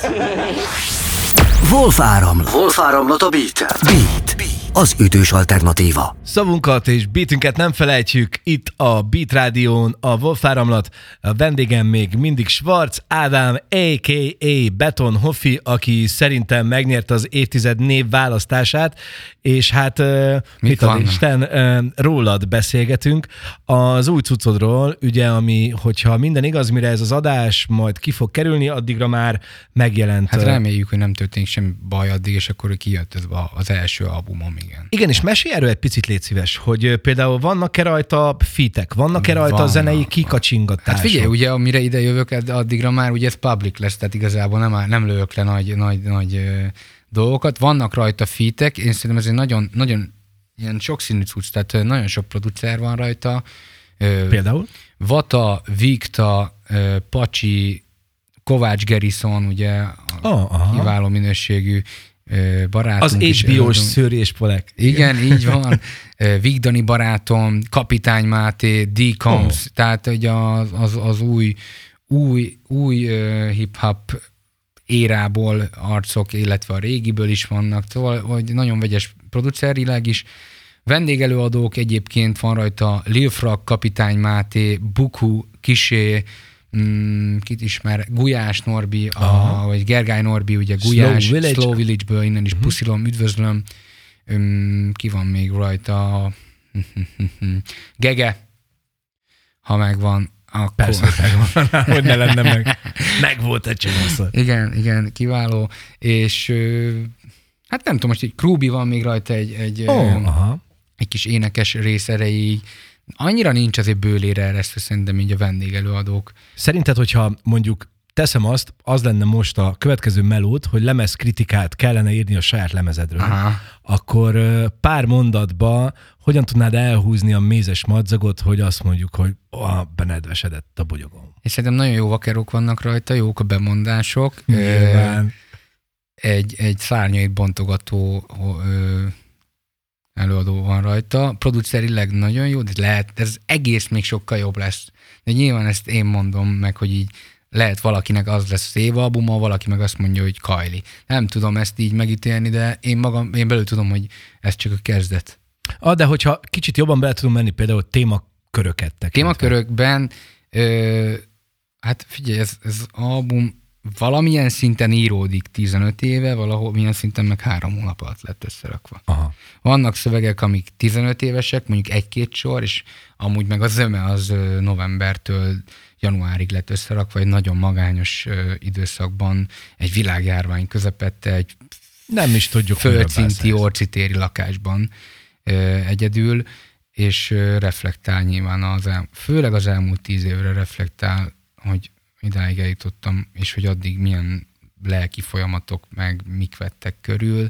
niggas. Wolf áramló. Wolf áramlott a Beat. Beat. Az ütős alternatíva. Szavunkat és beatünket nem felejtjük itt a Beat Rádión, a Wolf áramlat. A vendégem még mindig Schwarz Ádám, á ká á Beton Hoffi, aki szerintem megnyerte az évtized név választását, és hát mit, mit ad Isten, rólad beszélgetünk. Az új cuccodról, ugye, ami, hogyha minden igaz, mire ez az adás majd ki fog kerülni, addigra már megjelent. Hát reméljük, hogy nem történik semmi baj addig, és akkor kijött ez az első albumom, igen. Igen, és mesélj erről egy picit, légy szíves, hogy például vannak-e rajta featek, vannak-e rajta vannak, zenei kikacsingatások? Hát figyelj, ugye, amire ide jövök, addigra már ugye ez public lesz, tehát igazából nem, nem lövök le nagy, nagy, nagy dolgokat. Vannak rajta featek, én szerintem ez egy nagyon, nagyon ilyen sokszínű cucc, tehát nagyon sok producer van rajta. Például? Vata, Vikta, Pacsi, Kovács Gerison, ugye oh, kiváló minőségű barátunk. Az há bé ó-s szőréspolek. Igen, így van. Vigdani barátom, Kapitány Máté, D-Coms, oh. tehát ugye az, az, az új, új, új hip-hop érából arcok, illetve a régiből is vannak, szóval hogy nagyon vegyes producerileg is. Vendégelőadók egyébként van rajta Lil Frak, Kapitány Máté, Buku, Kisé, mm, kit ismer, Gulyás Norbi, a, vagy Gergály Norbi, ugye Gulyás, Slow, Village. Slow Village-ből, innen is uh-huh. puszilom, üdvözlöm. Um, ki van még rajta? Gege, ha megvan. Akkor... Persze, megvan, hogy ne lenne meg. Meg volt egy csomószor. Igen, igen, kiváló. És hát nem tudom, most egy Krúbi van még rajta egy, egy, oh, aha. egy kis énekes rész erejéig. Annyira nincs azért bőlére eresztve szerintem így a vendégelőadók. Szerinted, hogyha mondjuk teszem azt, az lenne most a következő melód, hogy lemez kritikát kellene írni a saját lemezedről, aha. akkor pár mondatba hogyan tudnád elhúzni a mézes madzagot, hogy azt mondjuk, hogy oh, benedvesedett a bogyogom. És szerintem nagyon jó vakerok vannak rajta, jók a bemondások. Nyilván. Egy, egy szárnyait bontogató előadó van rajta. Producerileg nagyon jó, de lehet, ez egész még sokkal jobb lesz. De nyilván ezt én mondom meg, hogy így lehet valakinek az lesz az évalbuma, valaki meg azt mondja, hogy Kylie. Nem tudom ezt így megítélni, de én magam, én belül tudom, hogy ez csak a kezdet. Ah, de hogyha kicsit jobban bele tudunk menni, például témaköröket tekintve. Témakörökben, ö, hát figyelj, ez, ez album valamilyen szinten íródik tizenöt éve, valahol milyen szinten meg három hónap alatt lett összerakva. Aha. Vannak szövegek, amik tizenöt évesek, mondjuk egy-két sor, és amúgy meg a zöme az novembertől januárig lett összerakva, egy nagyon magányos időszakban, egy világjárvány közepette, egy Nem is tudjuk. Földszinti orcitéri lakásban ö, egyedül, és ö, reflektál nyilván, az el, főleg az elmúlt tíz évre reflektál, hogy idáig eljutottam, és hogy addig milyen lelki folyamatok, meg mik vettek körül,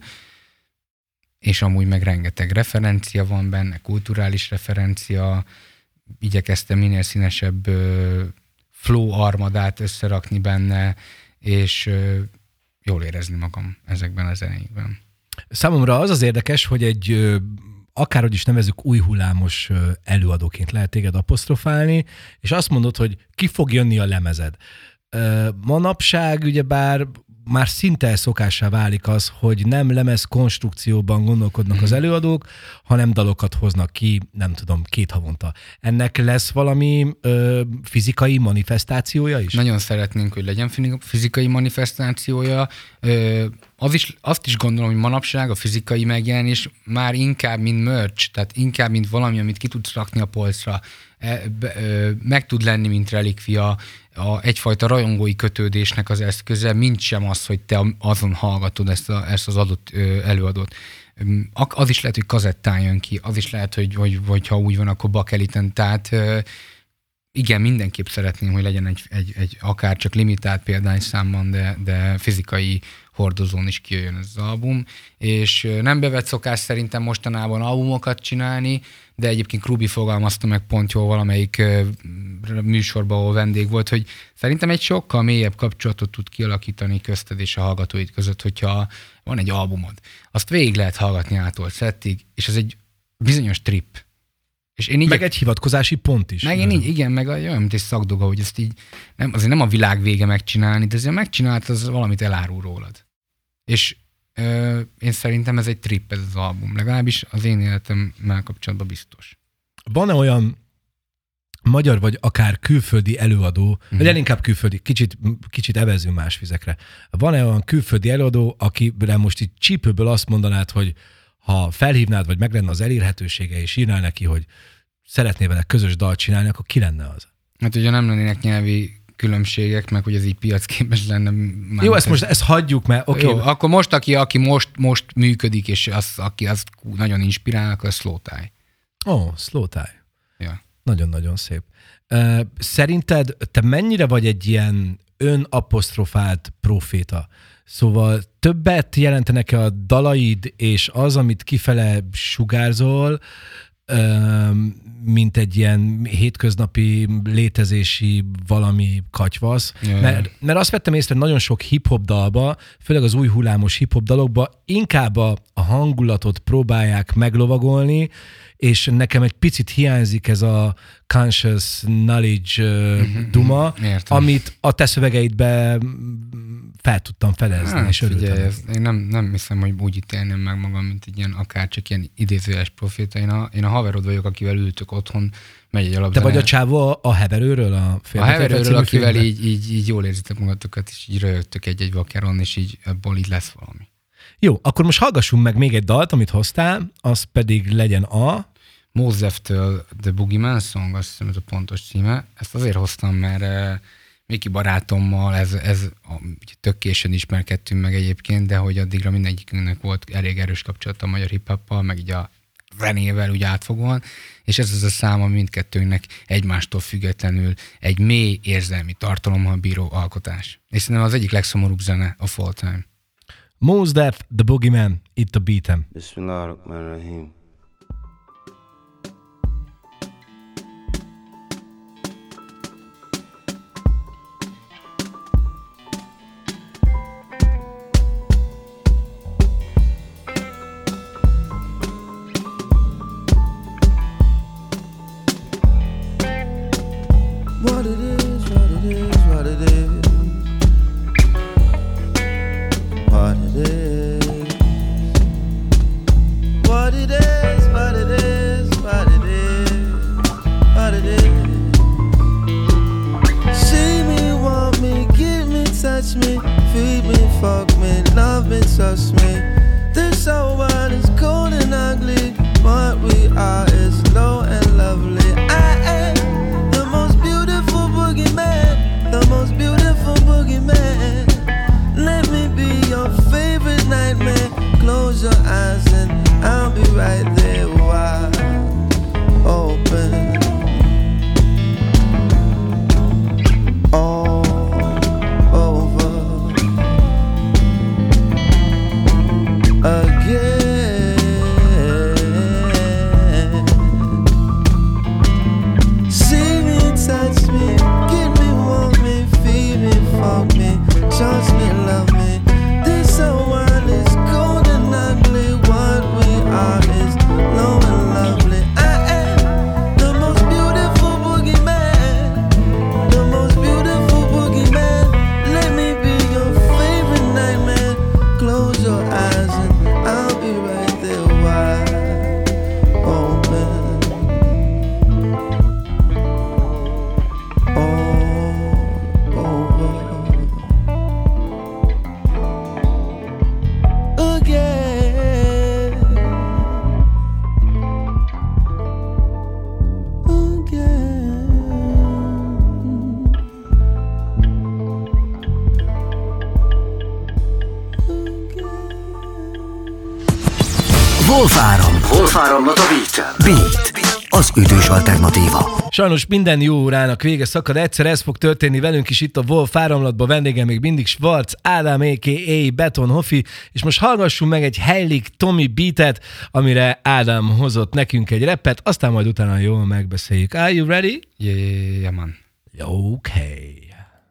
és amúgy meg rengeteg referencia van benne, kulturális referencia, igyekeztem minél színesebb ö, flow armadát összerakni benne, és ö, jól érezni magam ezekben a zenékben. Számomra az az érdekes, hogy egy ö, akárhogy is nevezzük, új hullámos ö, előadóként lehet téged apostrofálni, és azt mondod, hogy ki fog jönni a lemezed. Ö, manapság ugyebár már szinte szokássá válik az, hogy nem lemez konstrukcióban gondolkodnak mm. az előadók, hanem dalokat hoznak ki, nem tudom, két havonta. Ennek lesz valami ö, fizikai manifestációja is? Nagyon szeretnénk, hogy legyen fizikai manifestációja. Ö, az is, azt is gondolom, hogy manapság a fizikai megjelenés már inkább, mint merch, tehát inkább, mint valami, amit ki tudsz rakni a polcra, e, be, ö, meg tud lenni, mint relikvia, a, egyfajta rajongói kötődésnek az eszköze, mint sem az, hogy te azon hallgatod ezt, a, ezt az adott ö, előadót. Az is lehet, hogy kazettán jön ki, az is lehet, hogy, hogy, hogy ha úgy van, akkor bakeliten. Tehát ö, igen, mindenképp szeretném, hogy legyen egy, egy, egy akár csak limitált példányszámban, de, de fizikai hordozón is kijöjjön ez az album. És nem bevett szokás szerintem mostanában albumokat csinálni, de egyébként Rubi fogalmazta meg pont jól valamelyik műsorban, ahol vendég volt, hogy szerintem egy sokkal mélyebb kapcsolatot tud kialakítani közted és a hallgatóid között, hogyha van egy albumod. Azt végig lehet hallgatni ától szettig, és ez egy bizonyos trip. És én így meg egy hivatkozási pont is. Meg én így, igen, meg olyan, mint egy szakdoga, hogy ezt így, nem, azért nem a világ vége megcsinálni, de azért megcsinált, az valamit elárul rólad. És ö, én szerintem ez egy trip, ez az album. Legalábbis az én életemmel kapcsolatban biztos. Van-e olyan magyar vagy akár külföldi előadó, mm-hmm. vagy elinkább külföldi, kicsit, kicsit evezünk más vizekre. Van-e olyan külföldi előadó, akire most így csípőből azt mondanád, hogy ha felhívnád, vagy meg lenne az elérhetősége, és írnál neki, hogy szeretnél vele közös dalt csinálni, akkor ki lenne az? Hát ugye nem lennének nyelvi különbségek, meg hogy ez így piacképes lenne. Jó, ezt most ezt hagyjuk, mert oké. Okay. Jó, akkor most, aki, aki most, most működik, és az, aki azt nagyon inspirál, akkor a Slowthai. Ó, oh, Slowthai. Ja. Nagyon-nagyon szép. Uh, szerinted te mennyire vagy egy ilyen önapostrofált proféta? Szóval többet jelentenek-e a dalaid és az, amit kifele sugárzol, mint egy ilyen hétköznapi létezési valami katyvasz? Yeah. Mert, mert azt vettem észre, hogy nagyon sok hip-hop dalba, főleg az új hullámos hip-hop dalokba inkább a, a hangulatot próbálják meglovagolni, és nekem egy picit hiányzik ez a conscious knowledge uh, duma, Értem. amit a te szövegeidbe fel tudtam fedezni, hát, és örültem. Ugye, ez, én nem, nem hiszem, hogy úgy ítélném meg magam, mint egy ilyen, akár csak ilyen idézőjeles proféta. Én a, én a haverod vagyok, akivel ültök otthon, megy egy alapzene. Te vagy a csávó a heverőről? A, a heverőről, akivel így, így, így jól érzitek magatokat, és így röhögtök egy-egy vakeron, és így ebből így lesz valami. Jó, akkor most hallgassunk meg még egy dalt, amit hoztál, az pedig legyen a... Mos Def-től The Boogeyman Song, azt hiszem ez a pontos címe. Ezt azért hoztam, mert uh, Miki barátommal, ez, ez a, tök későn ismerkedtünk meg egyébként, de hogy addigra mindegyikünknek volt elég erős kapcsolata a magyar hip-hoppal, meg így a zenével úgy átfogóan, és ez az a szám, mindkettőnknek egymástól függetlenül egy mély érzelmi tartalommal bíró alkotás. És szerintem az egyik legszomorúbb zene of all time. Mos Def, The Boogeyman, itt a beatem. Bismillahirrahmanirrahim. What it is, what it is, what it is. What it is. What it is, what it is, what it is. What it is. See me, want me, give me, touch me, feed me, fuck me, love me, trust me. This whole world is cold and ugly. What we are is low and lovely. I am the most beautiful Wolf Áram. Wolf Áramlat a beat. Beat. Az ütős alternatíva. Sajnos minden jó órának vége szakad, egyszer ez fog történni velünk is itt a Wolf Áramlatban, vendégem még mindig Schwarz Ádám, á ká á Beton Hofi, és most hallgassunk meg egy Heilig Tommy beatet, amire Ádám hozott nekünk egy rappet, aztán majd utána jól megbeszéljük. Are you ready? Yeah, yeah, yeah, man. Okay.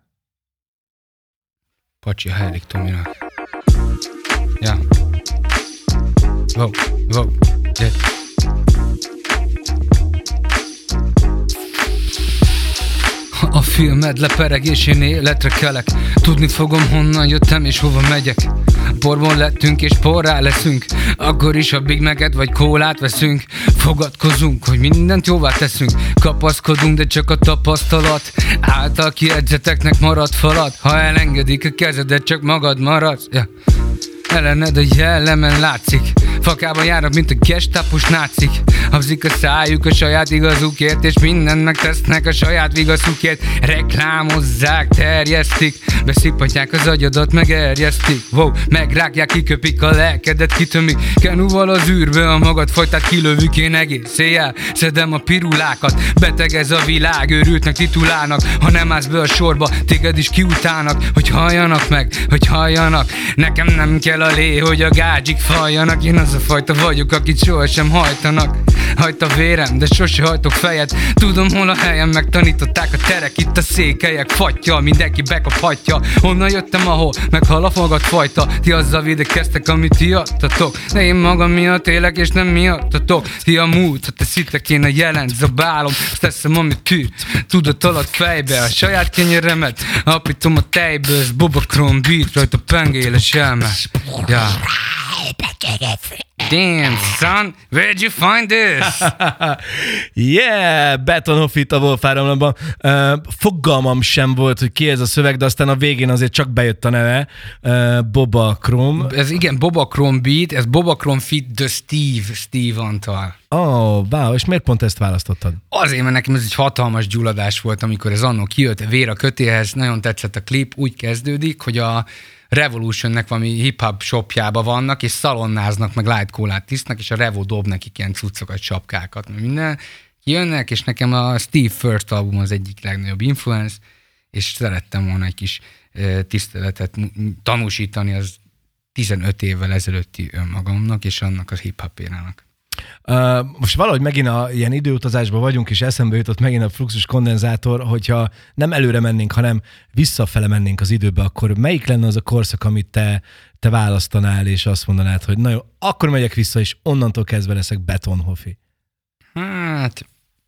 Pacsi a Heilig Tommynak. Ja. Wow, wow, yeah. A filmed leperegésén életre kelek. Tudni fogom, honnan jöttem és hova megyek. Porból lettünk és porrá leszünk. Akkor is a Big Mac-et vagy kólát veszünk. Fogadkozunk, hogy mindent jóvá teszünk. Kapaszkodunk, de csak a tapasztalat által kiedzeteknek marad falat. Ha elengedik a kezedet, csak magad maradsz, yeah. Ellened a jellemen látszik. Fakában járnak, mint a gestapos nácik. Habzik a szájuk a saját igazukért, és mindent megtesznek a saját vigaszukért. Reklámozzák, terjesztik, beszippantják az agyadat, megerjesztik. Wow, megrágják, kiköpik a lelkedet, kitömik kenúval az űrbe a magad fajtát, kilövük én egész éjjel. Szedem a pirulákat, beteg ez a világ, őrültnek titulálnak. Ha nem állsz be a sorba, téged is kiutálnak. Hogy halljanak meg, hogy halljanak. Nekem nem kell a lé, hogy a gágyik faljanak. Én az a fajta vagyok, akit sohasem hajtanak. Hajt a vérem, de sose hajtok fejet. Tudom, hol a helyem, megtanították a terek. Itt a székelyek fatja, mindenki bekaphatja. Onnan jöttem, ahol meghal a magad fajta. Ti azzal védekeztek, amit ti adtatok, de én magam miatt élek, és nem miattatok. Ti a múlt, ha teszitek, én a jelent zabálom. Azt teszem, amit tű, tudat alatt fejbe. A saját kenyeremet apítom a tejből. Ez Boba Chrome beat, rajta pengéles elme. Ja. Damn, son, where'd you find this? Yeah, Beton Hofit a Wolf Áramlatban. Uh, fogalmam sem volt, hogy ki ez a szöveg, de aztán a végén azért csak bejött a neve. Uh, Boba Chrome. Ez igen, Boba Chrome beat, ez Boba Chrome feat The Steve, Steve Antal. Oh, wow, és miért pont ezt választottad? Azért, mert nekem ez egy hatalmas gyulladás volt, amikor ez annó kijött, vér a kötéhez, nagyon tetszett a klip, úgy kezdődik, hogy a Revolutionnek valami hip-hop shopjába vannak, és szalonnáznak, meg light kólát tisztnak, és a Revo dob nekik ilyen cuccokat, sapkákat, meg minden. Jönnek, és nekem a Steve First album az egyik legnagyobb influence, és szerettem volna egy kis tiszteletet tanúsítani az tizenöt évvel ezelőtti önmagamnak, és annak a hip-hop érának. Uh, most valahogy megint a ilyen időutazásban vagyunk, és eszembe jutott megint a fluxus kondenzátor, hogyha nem előre mennénk, hanem visszafele mennénk az időbe, akkor melyik lenne az a korszak, amit te, te választanál, és azt mondanád, hogy na jó, akkor megyek vissza, és onnantól kezdve leszek Beton Hofi? Hát...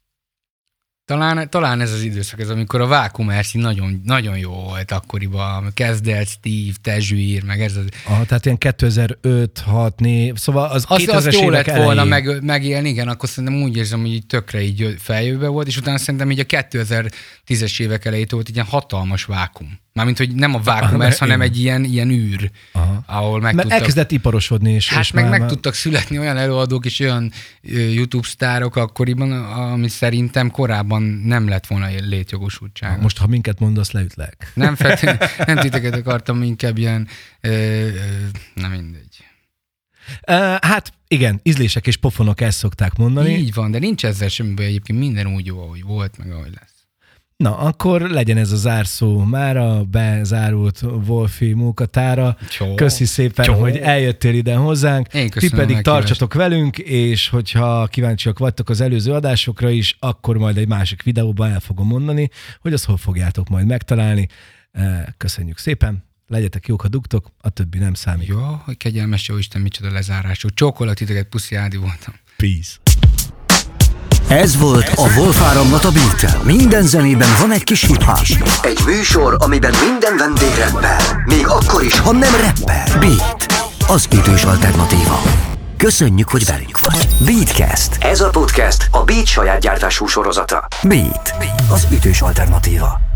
Talán, talán ez az időszak, ez amikor a Vákum Erci nagyon, nagyon jó volt akkoriban. Kezdett Steve, Tezsűír, meg ez az... Aha, tehát ilyen kétezer-öt, hat, négy, szóval az azt, kétezres azt jó évek lett volna elején. meg, megélni, igen, akkor szerintem úgy érzem, hogy így tökre így feljövő volt, és utána szerintem így a kétezer-tízes évek elejétől volt egy ilyen hatalmas vákum. Mármint, hogy nem a Vákum Erci, hanem egy ilyen, ilyen űr, aha, ahol meg mert tudtak... elkezdett iparosodni. És, hát és meg már, meg már... tudtak születni olyan előadók és olyan YouTube sztárok akkoriban, ami szerintem korábban nem lett volna létjogosultság. Most, ha minket mondasz, leütlek. Nem, feltétlenül, nem titeket akartam, inkább ilyen, ö, ö, nem mindegy. Uh, hát igen, ízlések és pofonok, ezt szokták mondani. Így van, de nincs ezzel semmiben, egyébként minden úgy jó, ahogy volt, meg ahogy lesz. Na, akkor legyen ez a zárszó mára, bezárult Wolfi munkatára. Csó. Köszi szépen, Csó. hogy eljöttél ide hozzánk. Ti pedig tartsatok velünk, és hogyha kíváncsiak vagytok az előző adásokra is, akkor majd egy másik videóban el fogom mondani, hogy azt hol fogjátok majd megtalálni. Köszönjük szépen, legyetek jók, ha dugtok, a többi nem számít. Jó, hogy kegyelmes jó Isten, micsoda lezárású. Csókolak titeket, puszi, Ádi voltam. Peace. Ez volt a Wolf Áramlat a beat. Minden zenében van egy kis hip-hop. Egy műsor, amiben minden vendég rappel. Még akkor is, ha nem rappel. Beat, az ütős alternatíva. Köszönjük, hogy velünk vagy. Beatcast. Ez a podcast a Beat saját gyártású sorozata. Beat, az ütős alternatíva.